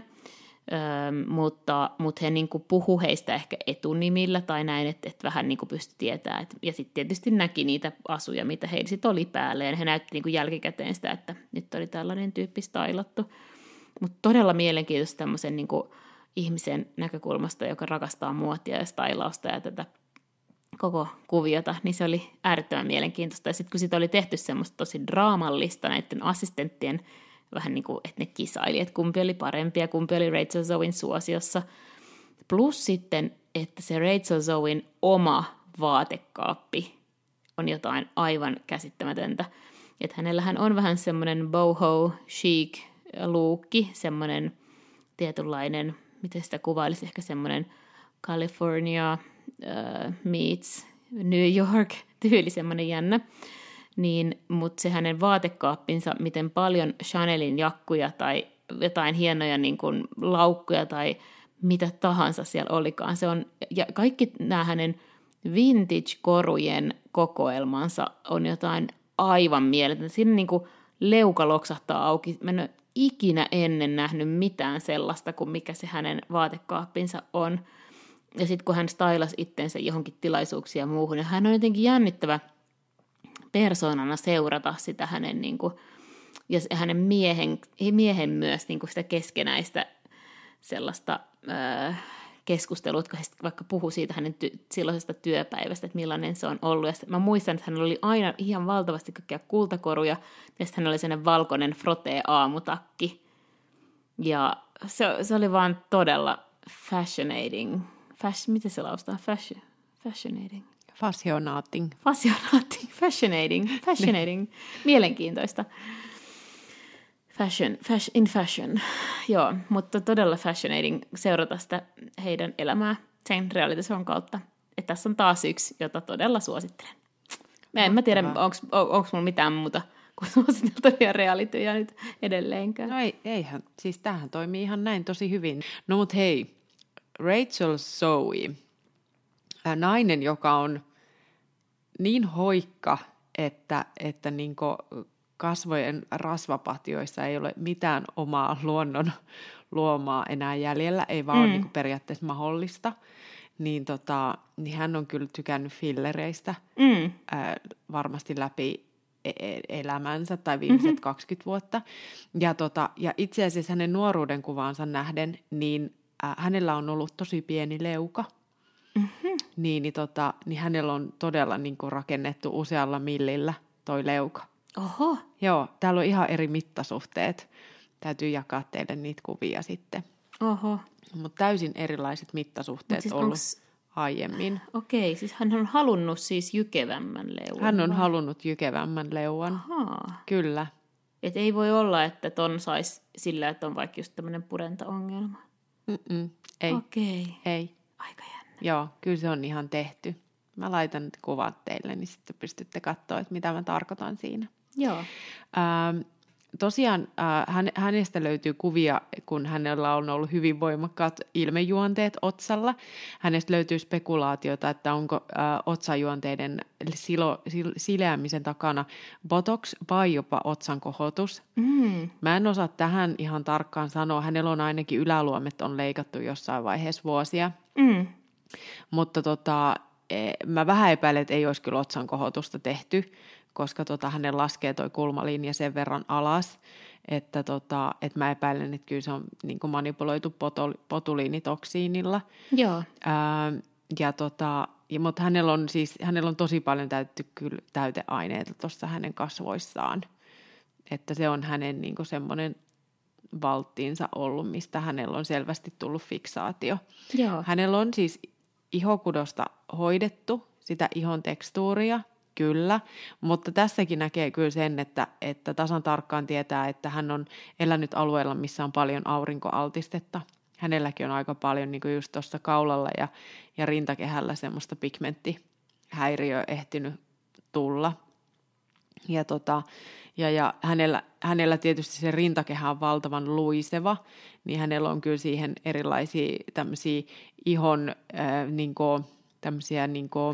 Öö, mutta, mutta he niin kuin puhu heistä ehkä etunimillä tai näin, että, että vähän niin kuin pystyi tietämään. Et, ja sitten tietysti näki niitä asuja, mitä heillä sitten oli päällä, ja he näytti niin kuin jälkikäteen sitä, että nyt oli tällainen tyyppi stylattu. Mutta todella mielenkiintoista tämmöisen niin kuin ihmisen näkökulmasta, joka rakastaa muotia ja stylausta ja tätä koko kuviota, niin se oli äärettömän mielenkiintoista. Ja sitten kun siitä oli tehty semmoista tosi draamallista näiden assistenttien vähän niin kuin, että ne kisaili, että kumpi oli parempi ja kumpi oli Rachel Zoen suosiossa. Plus sitten, että se Rachel Zoen oma vaatekaappi on jotain aivan käsittämätöntä. Että hänellähän on vähän semmoinen boho chic luukki, semmoinen tietynlainen, miten sitä kuvailisi, ehkä semmoinen California uh, meets New York tyyli, semmoinen jännä. Niin, mutta se hänen vaatekaappinsa, miten paljon Chanelin jakkuja tai jotain hienoja niin kuin laukkuja tai mitä tahansa siellä olikaan. Se on, ja kaikki nämä hänen vintage-korujen kokoelmansa on jotain aivan mieletöntä. Siinä niin kuin leuka loksahtaa auki. Mä en ole ikinä ennen nähnyt mitään sellaista kuin mikä se hänen vaatekaappinsa on. Ja sitten kun hän stylasi itsensä johonkin tilaisuuksia ja muuhun, ja hän on jotenkin jännittävä persoonana seurata sitä hänen, niin kuin, ja hänen miehen, miehen myös niin kuin sitä keskenäistä sellaista äh, keskustelut, kun he vaikka puhui siitä hänen ty- silloisesta työpäivästä, että millainen se on ollut. Ja mä muistan, että hänellä oli aina ihan valtavasti kaikkia kultakoruja, ja sitten hänellä oli sellainen valkoinen frotee-aamutakki. Ja se, se oli vaan todella fascinating. Fashion, miten se laustaa? Fashion, fascinating. Fascinating. Fascinating. Fascinating. Fascinating. Mielenkiintoista. Fashion, fashion, in fashion. Joo, mutta todella fascinating seurata sitä heidän elämää sen reality shown kautta. Et tässä on taas yksi, jota todella suosittelen. Mä en mä tiedä, onko mulla mitään muuta kuin suositeltavia realityjä nyt edelleenkään. No ei, eihän, siis tämähän toimii ihan näin tosi hyvin. No mut hei, Rachel Zoe, nainen, joka on niin hoikka, että, että niinku kasvojen rasvapatjoissa ei ole mitään omaa luonnon luomaa enää jäljellä, ei vaan mm. ole niinku periaatteessa mahdollista, niin, tota, niin hän on kyllä tykännyt fillereistä mm. ää, varmasti läpi elämänsä tai viimeiset mm-hmm. kaksikymmentä vuotta. Ja, tota, ja itse asiassa hänen nuoruuden kuvaansa nähden, niin äh, hänellä on ollut tosi pieni leuka. Mm-hmm. Niin, niin, tota, niin hänellä on todella niin kuin rakennettu usealla millillä toi leuka. Oho. Joo, täällä on ihan eri mittasuhteet. Täytyy jakaa teille niitä kuvia sitten. Oho. Mutta täysin erilaiset mittasuhteet siis ollut onks... aiemmin. Okei, siis hän on halunnut siis jykevämmän leuan. Hän on vai? halunnut jykevämmän leuan. Ahaa. Kyllä. Et ei voi olla, että ton saisi sillä, että on vaikka just tämmöinen purenta-ongelma. Mm-mm. Ei. Okei. Ei. Aika jännä. Joo, kyllä se on ihan tehty. Mä laitan nyt kuvat teille, niin sitten pystytte katsoa, että mitä mä tarkoitan siinä. Joo. Ähm, tosiaan äh, hän, hänestä löytyy kuvia, kun hänellä on ollut hyvin voimakkaat ilmejuonteet otsalla. Hänestä löytyy spekulaatiota, että onko äh, otsajuonteiden silo, sil, sileämisen takana botox vai jopa otsan kohotus. Mm. Mä en osaa tähän ihan tarkkaan sanoa. Hänellä on ainakin yläluomet on leikattu jossain vaiheessa vuosia. Mm. Mutta tota, mä vähän epäilen, että ei olisi kyllä otsan kohotusta tehty, koska tota, hänen laskee toi kulmalinja sen verran alas, että, tota, että mä epäilen, että kyllä se on niin kuin manipuloitu potol, botuliinitoksiinilla. Joo. Ää, ja tota, ja, mutta hänellä on, siis, hänellä on tosi paljon täytetty kyllä täyteaineita tuossa hänen kasvoissaan, että se on hänen niin kuin semmoinen valttiinsa ollut, mistä hänellä on selvästi tullut fiksaatio. Joo. Hänellä on siis ihokudosta hoidettu, sitä ihon tekstuuria, kyllä, mutta tässäkin näkee kyllä sen, että, että tasan tarkkaan tietää, että hän on elänyt alueella, missä on paljon aurinkoaltistetta. Hänelläkin on aika paljon niin kuin just tuossa kaulalla ja, ja rintakehällä semmoista pigmenttihäiriöä ehtinyt tulla. Ja, tota, ja, ja hänellä, hänellä tietysti se rintakehä on valtavan luiseva, niin hänellä on kyllä siihen erilaisia tämmöisiä ihon äh, niin kuin, tämmöisiä niin kuin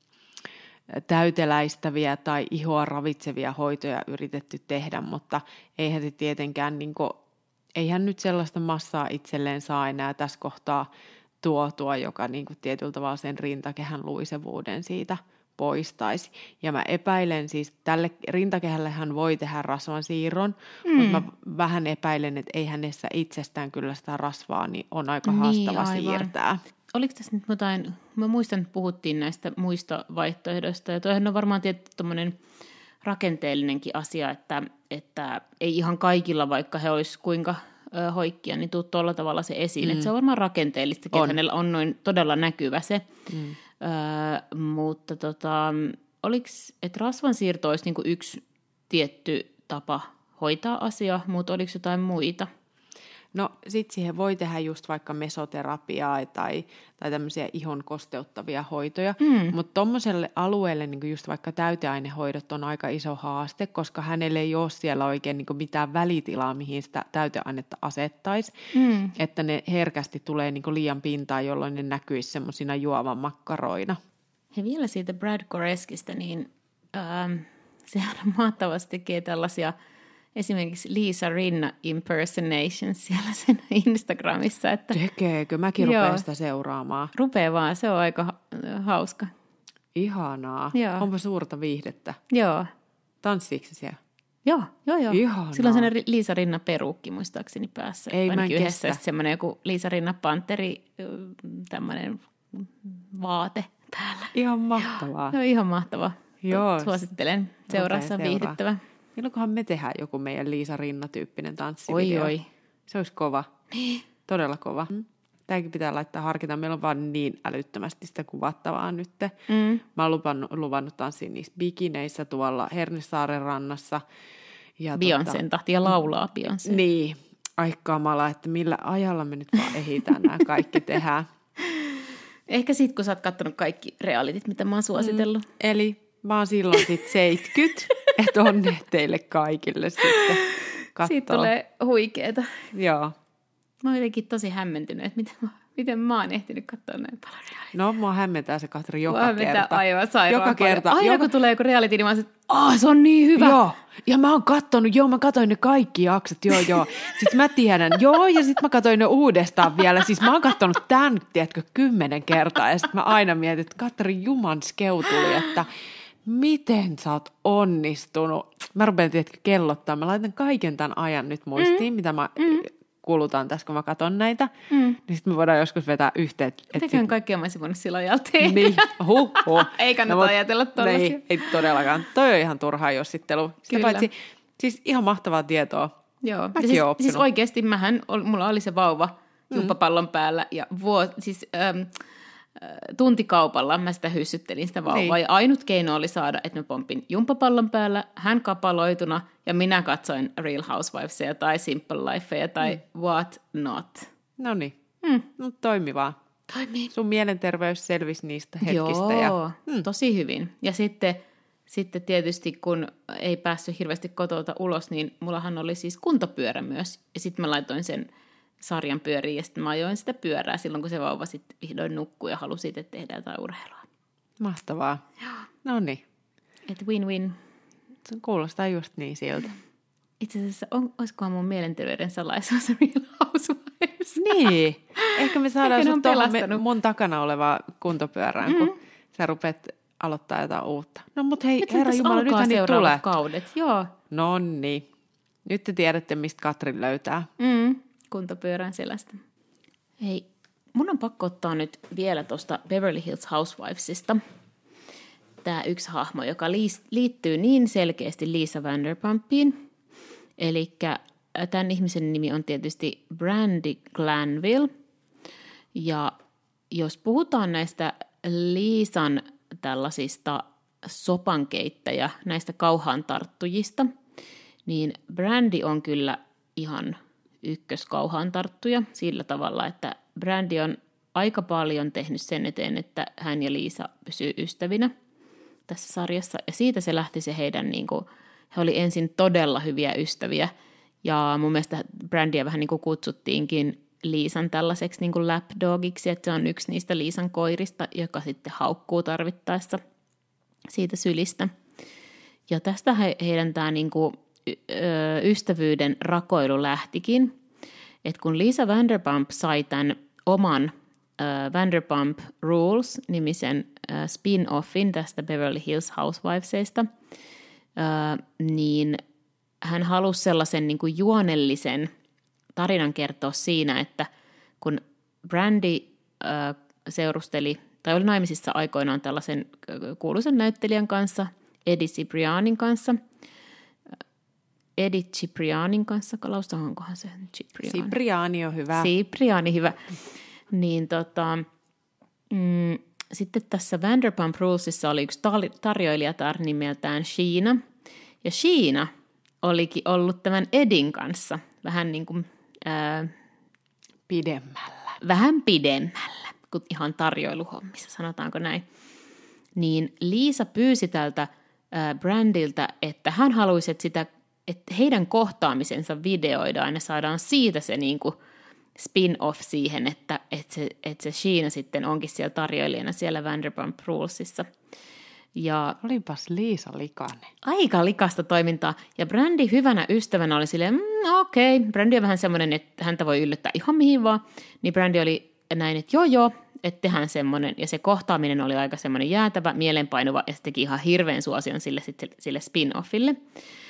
täyteläistäviä tai ihoa ravitsevia hoitoja yritetty tehdä, mutta eihän se tietenkään, niin kuin, eihän nyt sellaista massaa itselleen saa enää tässä kohtaa tuotua, joka niin kuin tietyllä tavalla sen rintakehän luisevuuden siitä poistaisi. Ja mä epäilen siis, tälle rintakehälle hän voi tehdä rasvan siirron, mm. mutta mä vähän epäilen, että ei hänessä itsestään kyllä sitä rasvaa, niin on aika niin, haastava aivan. siirtää. Oliko tässä nyt jotain, mä muistan, että puhuttiin näistä muista vaihtoehdoista, ja toihan on varmaan tietty tommoinen rakenteellinenkin asia, että, että ei ihan kaikilla, vaikka he olisi kuinka ö, hoikkia, niin tuu tuolla tavalla se esiin. Mm. Että se on varmaan rakenteellista, että hänellä on noin todella näkyvä se. Mm. Ö, mutta tota, oliko, että rasvansiirto olisi niinku yksi tietty tapa hoitaa asia, mutta oliko jotain muita? No sit siihen voi tehdä just vaikka mesoterapiaa tai, tai tämmöisiä ihon kosteuttavia hoitoja, mm. mutta tommoselle alueelle niin just vaikka täyteainehoidot on aika iso haaste, koska hänelle ei ole siellä oikein niin mitään välitilaa, mihin sitä täyteainetta asettaisi, mm. että ne herkästi tulee niin liian pintaan, jolloin ne näkyisi semmoisina juovan makkaroina. Ja vielä siitä Brad Koreskista, niin ähm, sehän mahtavasti tekee tällaisia esimerkiksi Liisa Rinna impersonations siellä sen Instagramissa. Että tekeekö? Mäkin rupean sitä seuraamaan. Rupee vaan, se on aika hauska. Ihanaa. Joo. Onpa suurta viihdettä. Joo. Tanssiiko se siellä? Joo, joo, joo. Ihanaa. Sillä on sellainen Liisa Rinna peruukki muistaakseni päässä. Ei, mä en Ainakin yhdessä kestä. ja sitten semmoinen joku Liisa Rinna Panteri, tämmöinen vaate päällä. Ihan mahtavaa. Joo, ihan mahtavaa. Joo. Suosittelen. Seuraa, se on Okei, seuraa. viihdyttävä. Milloinkohan me tehdään joku meidän Liisa Rinna-tyyppinen tanssivideo? Oi, oi. Se olisi kova. Todella kova. Tämäkin pitää laittaa harkita. Meillä on vaan niin älyttömästi sitä kuvattavaa nyt. Mm. Mä oon luvannut, luvannut tanssia niissä bikineissä tuolla Hernesaaren rannassa. Ja Beyoncén tota, tahti ja laulaa Beyoncé. Niin. Ai kamala, että millä ajalla me nyt vaan ehditään nämä kaikki tehdään. Ehkä sit, kun sä oot kattonut kaikki realitit, mitä mä oon suositellut. Mm. Eli mä oon silloin sit seitsemänkymmentä, että onne teille kaikille sitten kattoo. Siitä tulee huikeeta. Joo. Mä oon jotenkin tosi hämmentynyt, että miten mä, miten mä oon ehtinyt katsoa näin paljon realityä. No, mua hämmentää se Katri joka Mua hämmentää kerta. aivan sairaan Joka kerta. Aina joka... kun tulee joku reality, niin mä oon että aah, se on niin hyvä. Joo, ja mä oon kattonut, joo, mä katsoin ne kaikki jaksot, joo, joo. Sitten mä tiedän, joo, ja sitten mä katsoin ne uudestaan vielä. Siis mä oon kattonut tämän, tiedätkö, kymmenen kertaa, ja sitten mä aina mietin, että Katri juman skeutuli, että miten sä oot onnistunut. Mä rupean, tiedätkö, kellottaa. Mä laitan kaiken tämän ajan nyt muistiin, mm. mitä mä mm. kulutan tässä, kun mä katson näitä. Mm. Niin sitten me voidaan joskus vetää yhteen. Mitäköhän sit... kaikki on mä voinut sillä ajalla tehdä? Niin, huh, huh. Ei kannata no, ajatella tollaisia. Ei, ei todellakaan. Toi on ihan turhaa jossittelu. Sitä paitsi, siis ihan mahtavaa tietoa. Joo. Mäkin siis, oon oppinut. siis oikeasti mähän, mulla oli se vauva jumppapallon päällä ja vuos, siis... Ähm, tuntikaupalla mä sitä hyssyttelin sitä vauvaa. Niin. Ja ainut keino oli saada, että mä pompin jumppapallon päällä, hän kapaloituna ja minä katsoin Real Housewivesia tai Simple Lifea tai mm. what not. Noniin, mm. no toimivaa. Toimii. Sun mielenterveys selvisi niistä hetkistä. Joo, ja, mm. tosi hyvin. Ja sitten, sitten tietysti kun ei päässyt hirveästi kotolta ulos, niin mullahan oli siis kuntopyörä myös. Ja sitten mä laitoin sen sarjan pyöriin ja sitten mä ajoin sitä pyörää silloin, kun se vauva sitten vihdoin nukkui ja halusi sitten tehdä jotain urheilua. Mahtavaa. No niin. Että win-win. Se kuulostaa just niin siltä. Itse asiassa, on, olisikohan mun mielenterveyden salaisuus Real Housewives? Niin. Ehkä me saadaan Ehkä sut tuohon mun takana olevaa kuntopyörään, mm-hmm. kun sä rupeat aloittaa jotain uutta. No mut hei, nyt herra Jumala, nythän niitä tulee. Kaudet. Joo. No niin. Nyt te tiedätte, mistä Katrin löytää. Mm. Kuntopyörän selästä. Hei, mun on pakko ottaa nyt vielä tuosta Beverly Hills Housewivesista tämä yksi hahmo, joka liittyy niin selkeästi Lisa Vanderpumpiin. Eli tämän ihmisen nimi on tietysti Brandi Glanville. Ja jos puhutaan näistä Lisan tällaisista sopankeittäjä, näistä kauhaan tarttujista, niin Brandi on kyllä ihan ykköskauhaan tarttuja sillä tavalla, että Brandi on aika paljon tehnyt sen eteen, että hän ja Lisa pysyy ystävinä tässä sarjassa. Ja siitä se lähti se heidän, niin kuin, he oli ensin todella hyviä ystäviä. Ja mun mielestä Brandia vähän niin kuin kutsuttiinkin Lisan tällaiseksi niin kuin lapdogiksi, että se on yksi niistä Lisan koirista, joka sitten haukkuu tarvittaessa siitä sylistä. Ja tästä he, heidän tämä niin kuin ystävyyden rakoilu lähtikin, että kun Lisa Vanderpump sai tämän oman äh, Vanderpump Rules-nimisen äh, spin-offin tästä Beverly Hills Housewivesista, äh, niin hän halusi sellaisen niin kuin juonellisen tarinan kertoa siinä, että kun Brandi äh, seurusteli, tai oli naimisissa aikoinaan tällaisen kuuluisen näyttelijän kanssa, Eddie Ciprianin kanssa, Eddie Ciprianin kanssa, laustahankohan se Cipriani? Cipriani on hyvä. Cipriani, hyvä. Niin tota, mm, sitten tässä Vanderpump Rulesissa oli yksi tarjoilijatar nimeltään Sheena. Ja Sheena olikin ollut tämän Edin kanssa vähän niin kuin ää, pidemmällä. Vähän pidemmällä, kuin ihan tarjoiluhommissa, sanotaanko näin. Niin Lisa pyysi tältä ää, Brandiltä, että hän haluaisi, että sitä että heidän kohtaamisensa videoidaan ja saadaan siitä se niin kuin spin-off siihen, että, että, se, että se Sheena sitten onkin siellä tarjoilijana siellä Vanderpump Rulesissa. Ja olipas Liisa likainen. Aika likasta toimintaa. Ja Brandi hyvänä ystävänä oli silleen, mm, okei, okay. Brandi on vähän semmoinen, että häntä voi yllättää ihan mihin vaan. Niin Brandi oli näin, että joo joo, että tehdään semmoinen. Ja se kohtaaminen oli aika semmoinen jäätävä, mielenpainuva ja se teki ihan hirveän suosion sille, sille spin-offille.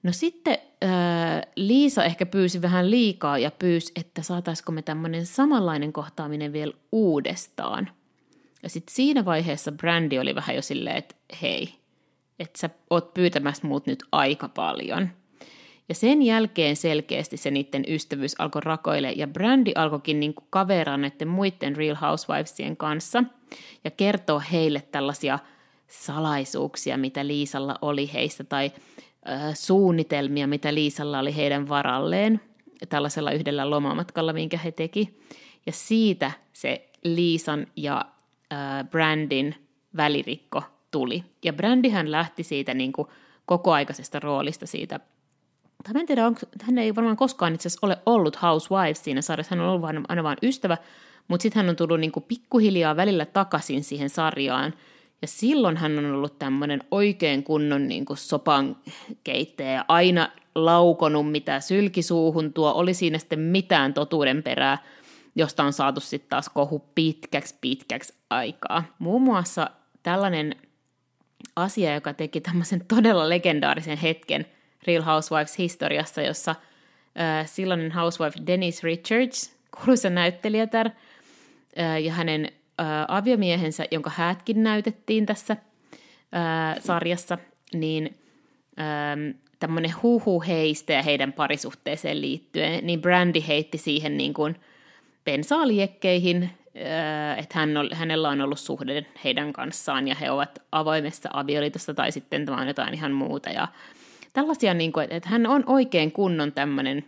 No sitten äh, Liisa ehkä pyysi vähän liikaa ja pyysi, että saataisiko me tämmöinen samanlainen kohtaaminen vielä uudestaan. Ja sitten siinä vaiheessa Brandi oli vähän jo silleen, että hei, että sä oot pyytämässä muut nyt aika paljon. Ja sen jälkeen selkeästi se niiden ystävyys alkoi rakoille ja Brandi alkoikin niinku kaveraa näiden muiden Real Housewivesien kanssa ja kertoo heille tällaisia salaisuuksia, mitä Liisalla oli heistä tai äh, suunnitelmia, mitä Liisalla oli heidän varalleen tällaisella yhdellä lomamatkalla, minkä he teki. Ja siitä se Liisan ja äh, Brandin välirikko tuli. Ja Brandihän lähti siitä niinku kokoaikaisesta roolista siitä. Tai mä en tiedä, onko, hän ei varmaan koskaan itse asiassa ole ollut Housewives siinä sarjassa, hän on ollut vain, aina vain ystävä, mutta sitten hän on tullut niinku pikkuhiljaa välillä takaisin siihen sarjaan, ja silloin hän on ollut tämmöinen oikein kunnon niinku sopan keittäjä, aina laukonut mitä sylkisuuhun tuo, oli siinä sitten mitään totuuden perää, josta on saatu sitten taas kohu pitkäksi pitkäksi aikaa. Muun muassa tällainen asia, joka teki tämmöisen todella legendaarisen hetken Real Housewives-historiassa, jossa äh, silloinen housewife Denise Richards, kuuluisa näyttelijätär, äh, ja hänen äh, aviomiehensä, jonka häätkin näytettiin tässä äh, sarjassa, niin äh, tämmöinen huhu heistä ja heidän parisuhteeseen liittyen, niin Brandi heitti siihen niin kuin pensaaliekkeihin, äh, että hän on, hänellä on ollut suhde heidän kanssaan, ja he ovat avoimessa avioliitossa, tai sitten tämä on jotain ihan muuta, ja tällaisia, niin kuin, että hän on oikein kunnon tämmöinen,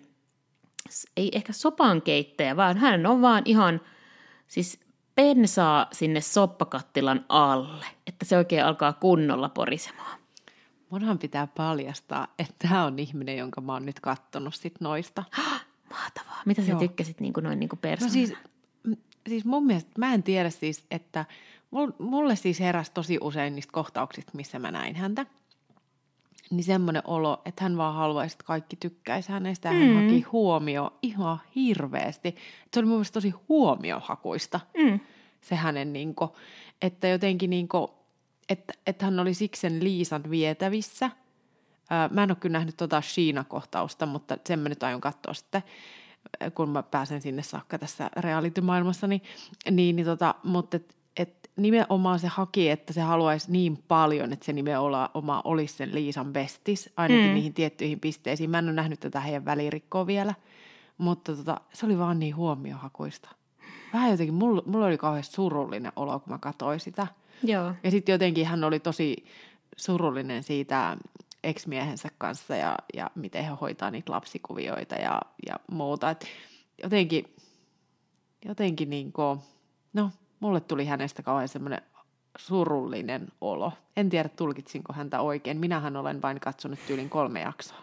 ei ehkä sopankeittäjä, vaan hän on vaan ihan siis pensaa sinne soppakattilan alle, että se oikein alkaa kunnolla porisemaan. Munhan pitää paljastaa, että tämä on ihminen, jonka mä oon nyt kattonut sit noista. Mahtavaa. Mitä sä Joo. tykkäsit niin kuin noin niin kuin persoonana? No siis, siis mun mielestä, mä en tiedä siis, että mulle siis heräsi tosi usein niistä kohtauksista, missä mä näin häntä. Niin semmoinen olo, että hän vaan haluaisi, että kaikki tykkäisi hänestä. Mm. Hän haki huomioon ihan hirveästi. Se oli mun mielestä tosi huomiohakuista mm. se hänen, niinku, että jotenkin, niinku, että, että hän oli siksi sen Liisan vietävissä. Ää, mä en ole kyllä nähnyt tota Sheena-kohtausta, mutta sen mä nyt aion katsoa sitten, kun mä pääsen sinne saakka tässä reality-maailmassa. Niin, niin, niin tota, mutta et, et nimenomaan se haki, että se haluaisi niin paljon, että se nimenomaan olisi sen Liisan bestis, ainakin mm. niihin tiettyihin pisteisiin. Mä en ole nähnyt tätä heidän välirikkoa vielä, mutta tota, se oli vaan niin huomiohakuista. Vähän jotenkin, mulla, mulla oli kauhean surullinen olo, kun mä katsoin sitä. Joo. Ja sitten jotenkin hän oli tosi surullinen siitä ex-miehensä kanssa ja, ja miten he hoitaa niitä lapsikuvioita ja, ja muuta. Et jotenkin, jotenkin niin kuin, no mulle tuli hänestä kauhean semmoinen surullinen olo. En tiedä, tulkitsinko häntä oikein. Minähän olen vain katsonut tyylin kolme jaksoa.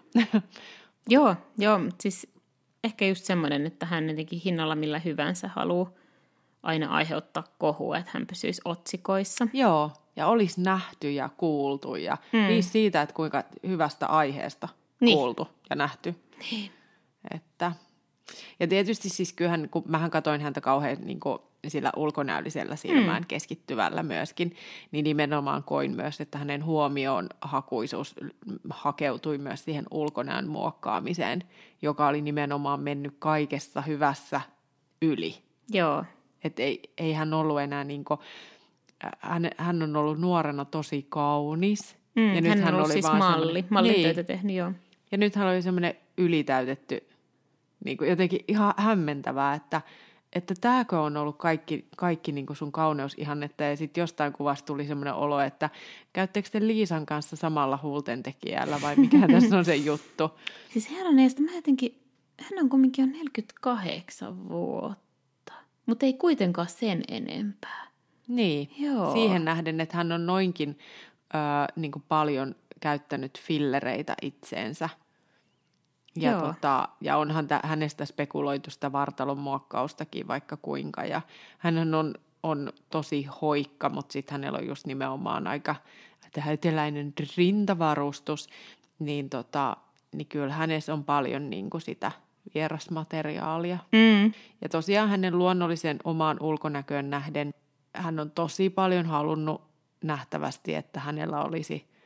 Joo, joo, siis ehkä just semmoinen, että hän jotenkin hinnalla millä hyvänsä haluaa aina aiheuttaa kohua, että hän pysyisi otsikoissa. Joo, ja olisi nähty ja kuultu ja mm. viisi siitä, että kuinka hyvästä aiheesta niin. kuultu ja nähty. Niin. Että, ja tietysti siis kyllähän, kun mähän katsoin häntä kauhean niin kuin sillä ulkonäöllisellä silmään mm. keskittyvällä myöskin, niin nimenomaan koin myös, että hänen huomioon hakuisuus hakeutui myös siihen ulkonäön muokkaamiseen, joka oli nimenomaan mennyt kaikessa hyvässä yli. Joo. Että ei, ei hän ollut enää niin kuin, hän, hän on ollut nuorena tosi kaunis. Mm, ja nyt hän on hän ollut oli siis vaan malli, mallitöitä niin. tehnyt, joo. Ja nyt hän oli semmoinen ylitäytetty, niin kuin jotenkin ihan hämmentävää, että että tämäkö on ollut kaikki, kaikki niin kuin sun kauneusihannetta, ja sitten jostain kuvasta tuli semmoinen olo, että käyttekö te Liisan kanssa samalla huultentekijällä, vai mikä tässä on se juttu? Siis herran eestä, mä jotenkin, hän on kumminkin jo neljäkymmentäkahdeksan vuotta, mutta ei kuitenkaan sen enempää. Niin, Joo. Siihen nähden, että hän on noinkin äh, niin kuin paljon käyttänyt fillereitä itseensä. Ja, tota, ja onhan tä, hänestä spekuloitu sitä vartalon muokkaustakin vaikka kuinka. Ja hän on, on tosi hoikka, mutta sitten hänellä on just nimenomaan aika täyteläinen rintavarustus. Niin, tota, niin kyllä hänessä on paljon niin kuin sitä vierasmateriaalia. Mm. Ja tosiaan hänen luonnollisen omaan ulkonäköön nähden hän on tosi paljon halunnut nähtävästi, että hänellä olisi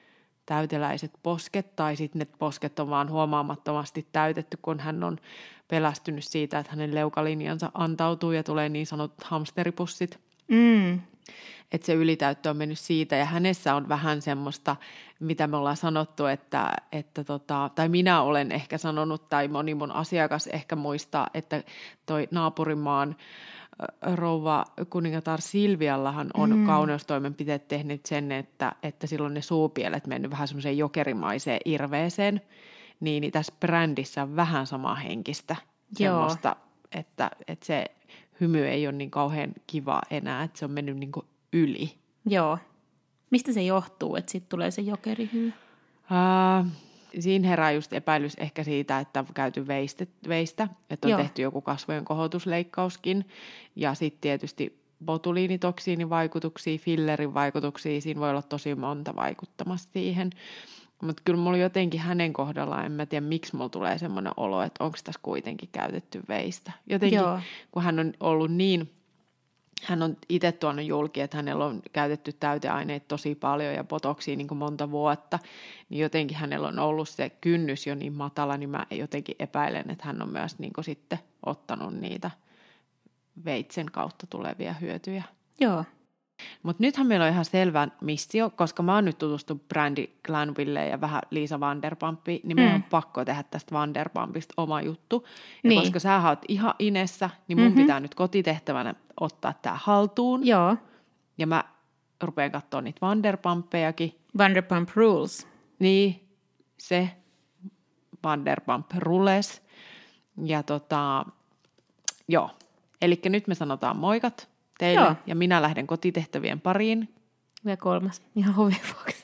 täyteläiset posket, tai sitten ne posket on vaan huomaamattomasti täytetty, kun hän on pelästynyt siitä, että hänen leukalinjansa antautuu ja tulee niin sanotut hamsteripussit. Mm. Että se ylitäyttö on mennyt siitä, ja hänessä on vähän semmoista, mitä me ollaan sanottu, että, että tota, tai minä olen ehkä sanonut, tai moni mun asiakas ehkä muistaa, että toi naapurimaan rouva kuningatar Silviallahan on mm. kauneustoimenpiteet tehnyt sen, että, että silloin ne suupielet mennyt vähän semmoiseen jokerimaiseen irveeseen, niin, niin tässä brändissä on vähän samaa henkistä. Joo. Semmoista, että, että se hymy ei ole niin kauhean kiva enää, että se on mennyt niin kuin yli. Joo. Mistä se johtuu, että sitten tulee se jokerihymy? Uh, siinä herää just epäilys ehkä siitä, että on käyty veistä, veistä että on Joo. tehty joku kasvojen kohotusleikkauskin. Ja sitten tietysti botuliinitoksiinin vaikutuksia, fillerin vaikutuksia, siinä voi olla tosi monta vaikuttamassa siihen. Mutta kyllä mulla jotenkin hänen kohdallaan, en mä tiedä miksi mulla tulee semmoinen olo, että onko tässä kuitenkin käytetty veistä. Jotenkin, Joo. kun hän on ollut niin, hän on itse tuonut julki, että hänellä on käytetty täyteaineita tosi paljon ja botoksia niin kuin monta vuotta, niin jotenkin hänellä on ollut se kynnys jo niin matala, niin mä jotenkin epäilen, että hän on myös niin kuin sitten ottanut niitä veitsen kautta tulevia hyötyjä. Joo. Mutta nythän meillä on ihan selvä missio, koska mä oon nyt tutustunut Brandi Glanville ja vähän Liisa Vanderpumpiin, niin meidän mm. on pakko tehdä tästä Vanderpumpista oma juttu. Ja niin. koska sä oot ihan inessä, niin mun mm-hmm. pitää nyt kotitehtävänä ottaa tää haltuun. Joo. Ja mä rupean katsoa niitä Vanderpumpejakin. Vanderpump Rules. Niin, se Vanderpump Rules. Ja tota, joo. Elikkä nyt me sanotaan moikat teille, Joo. ja minä lähden kotitehtävien pariin. Ja kolmas, ihan hovin vuoksi.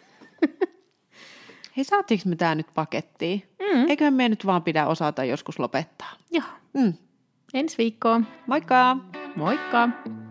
Hei, saatiinko me tää nyt pakettiin? Mm. Eiköhän me nyt vaan pidä osata joskus lopettaa. Joo. Mm. Ensi viikkoon. Moikka! Moikka!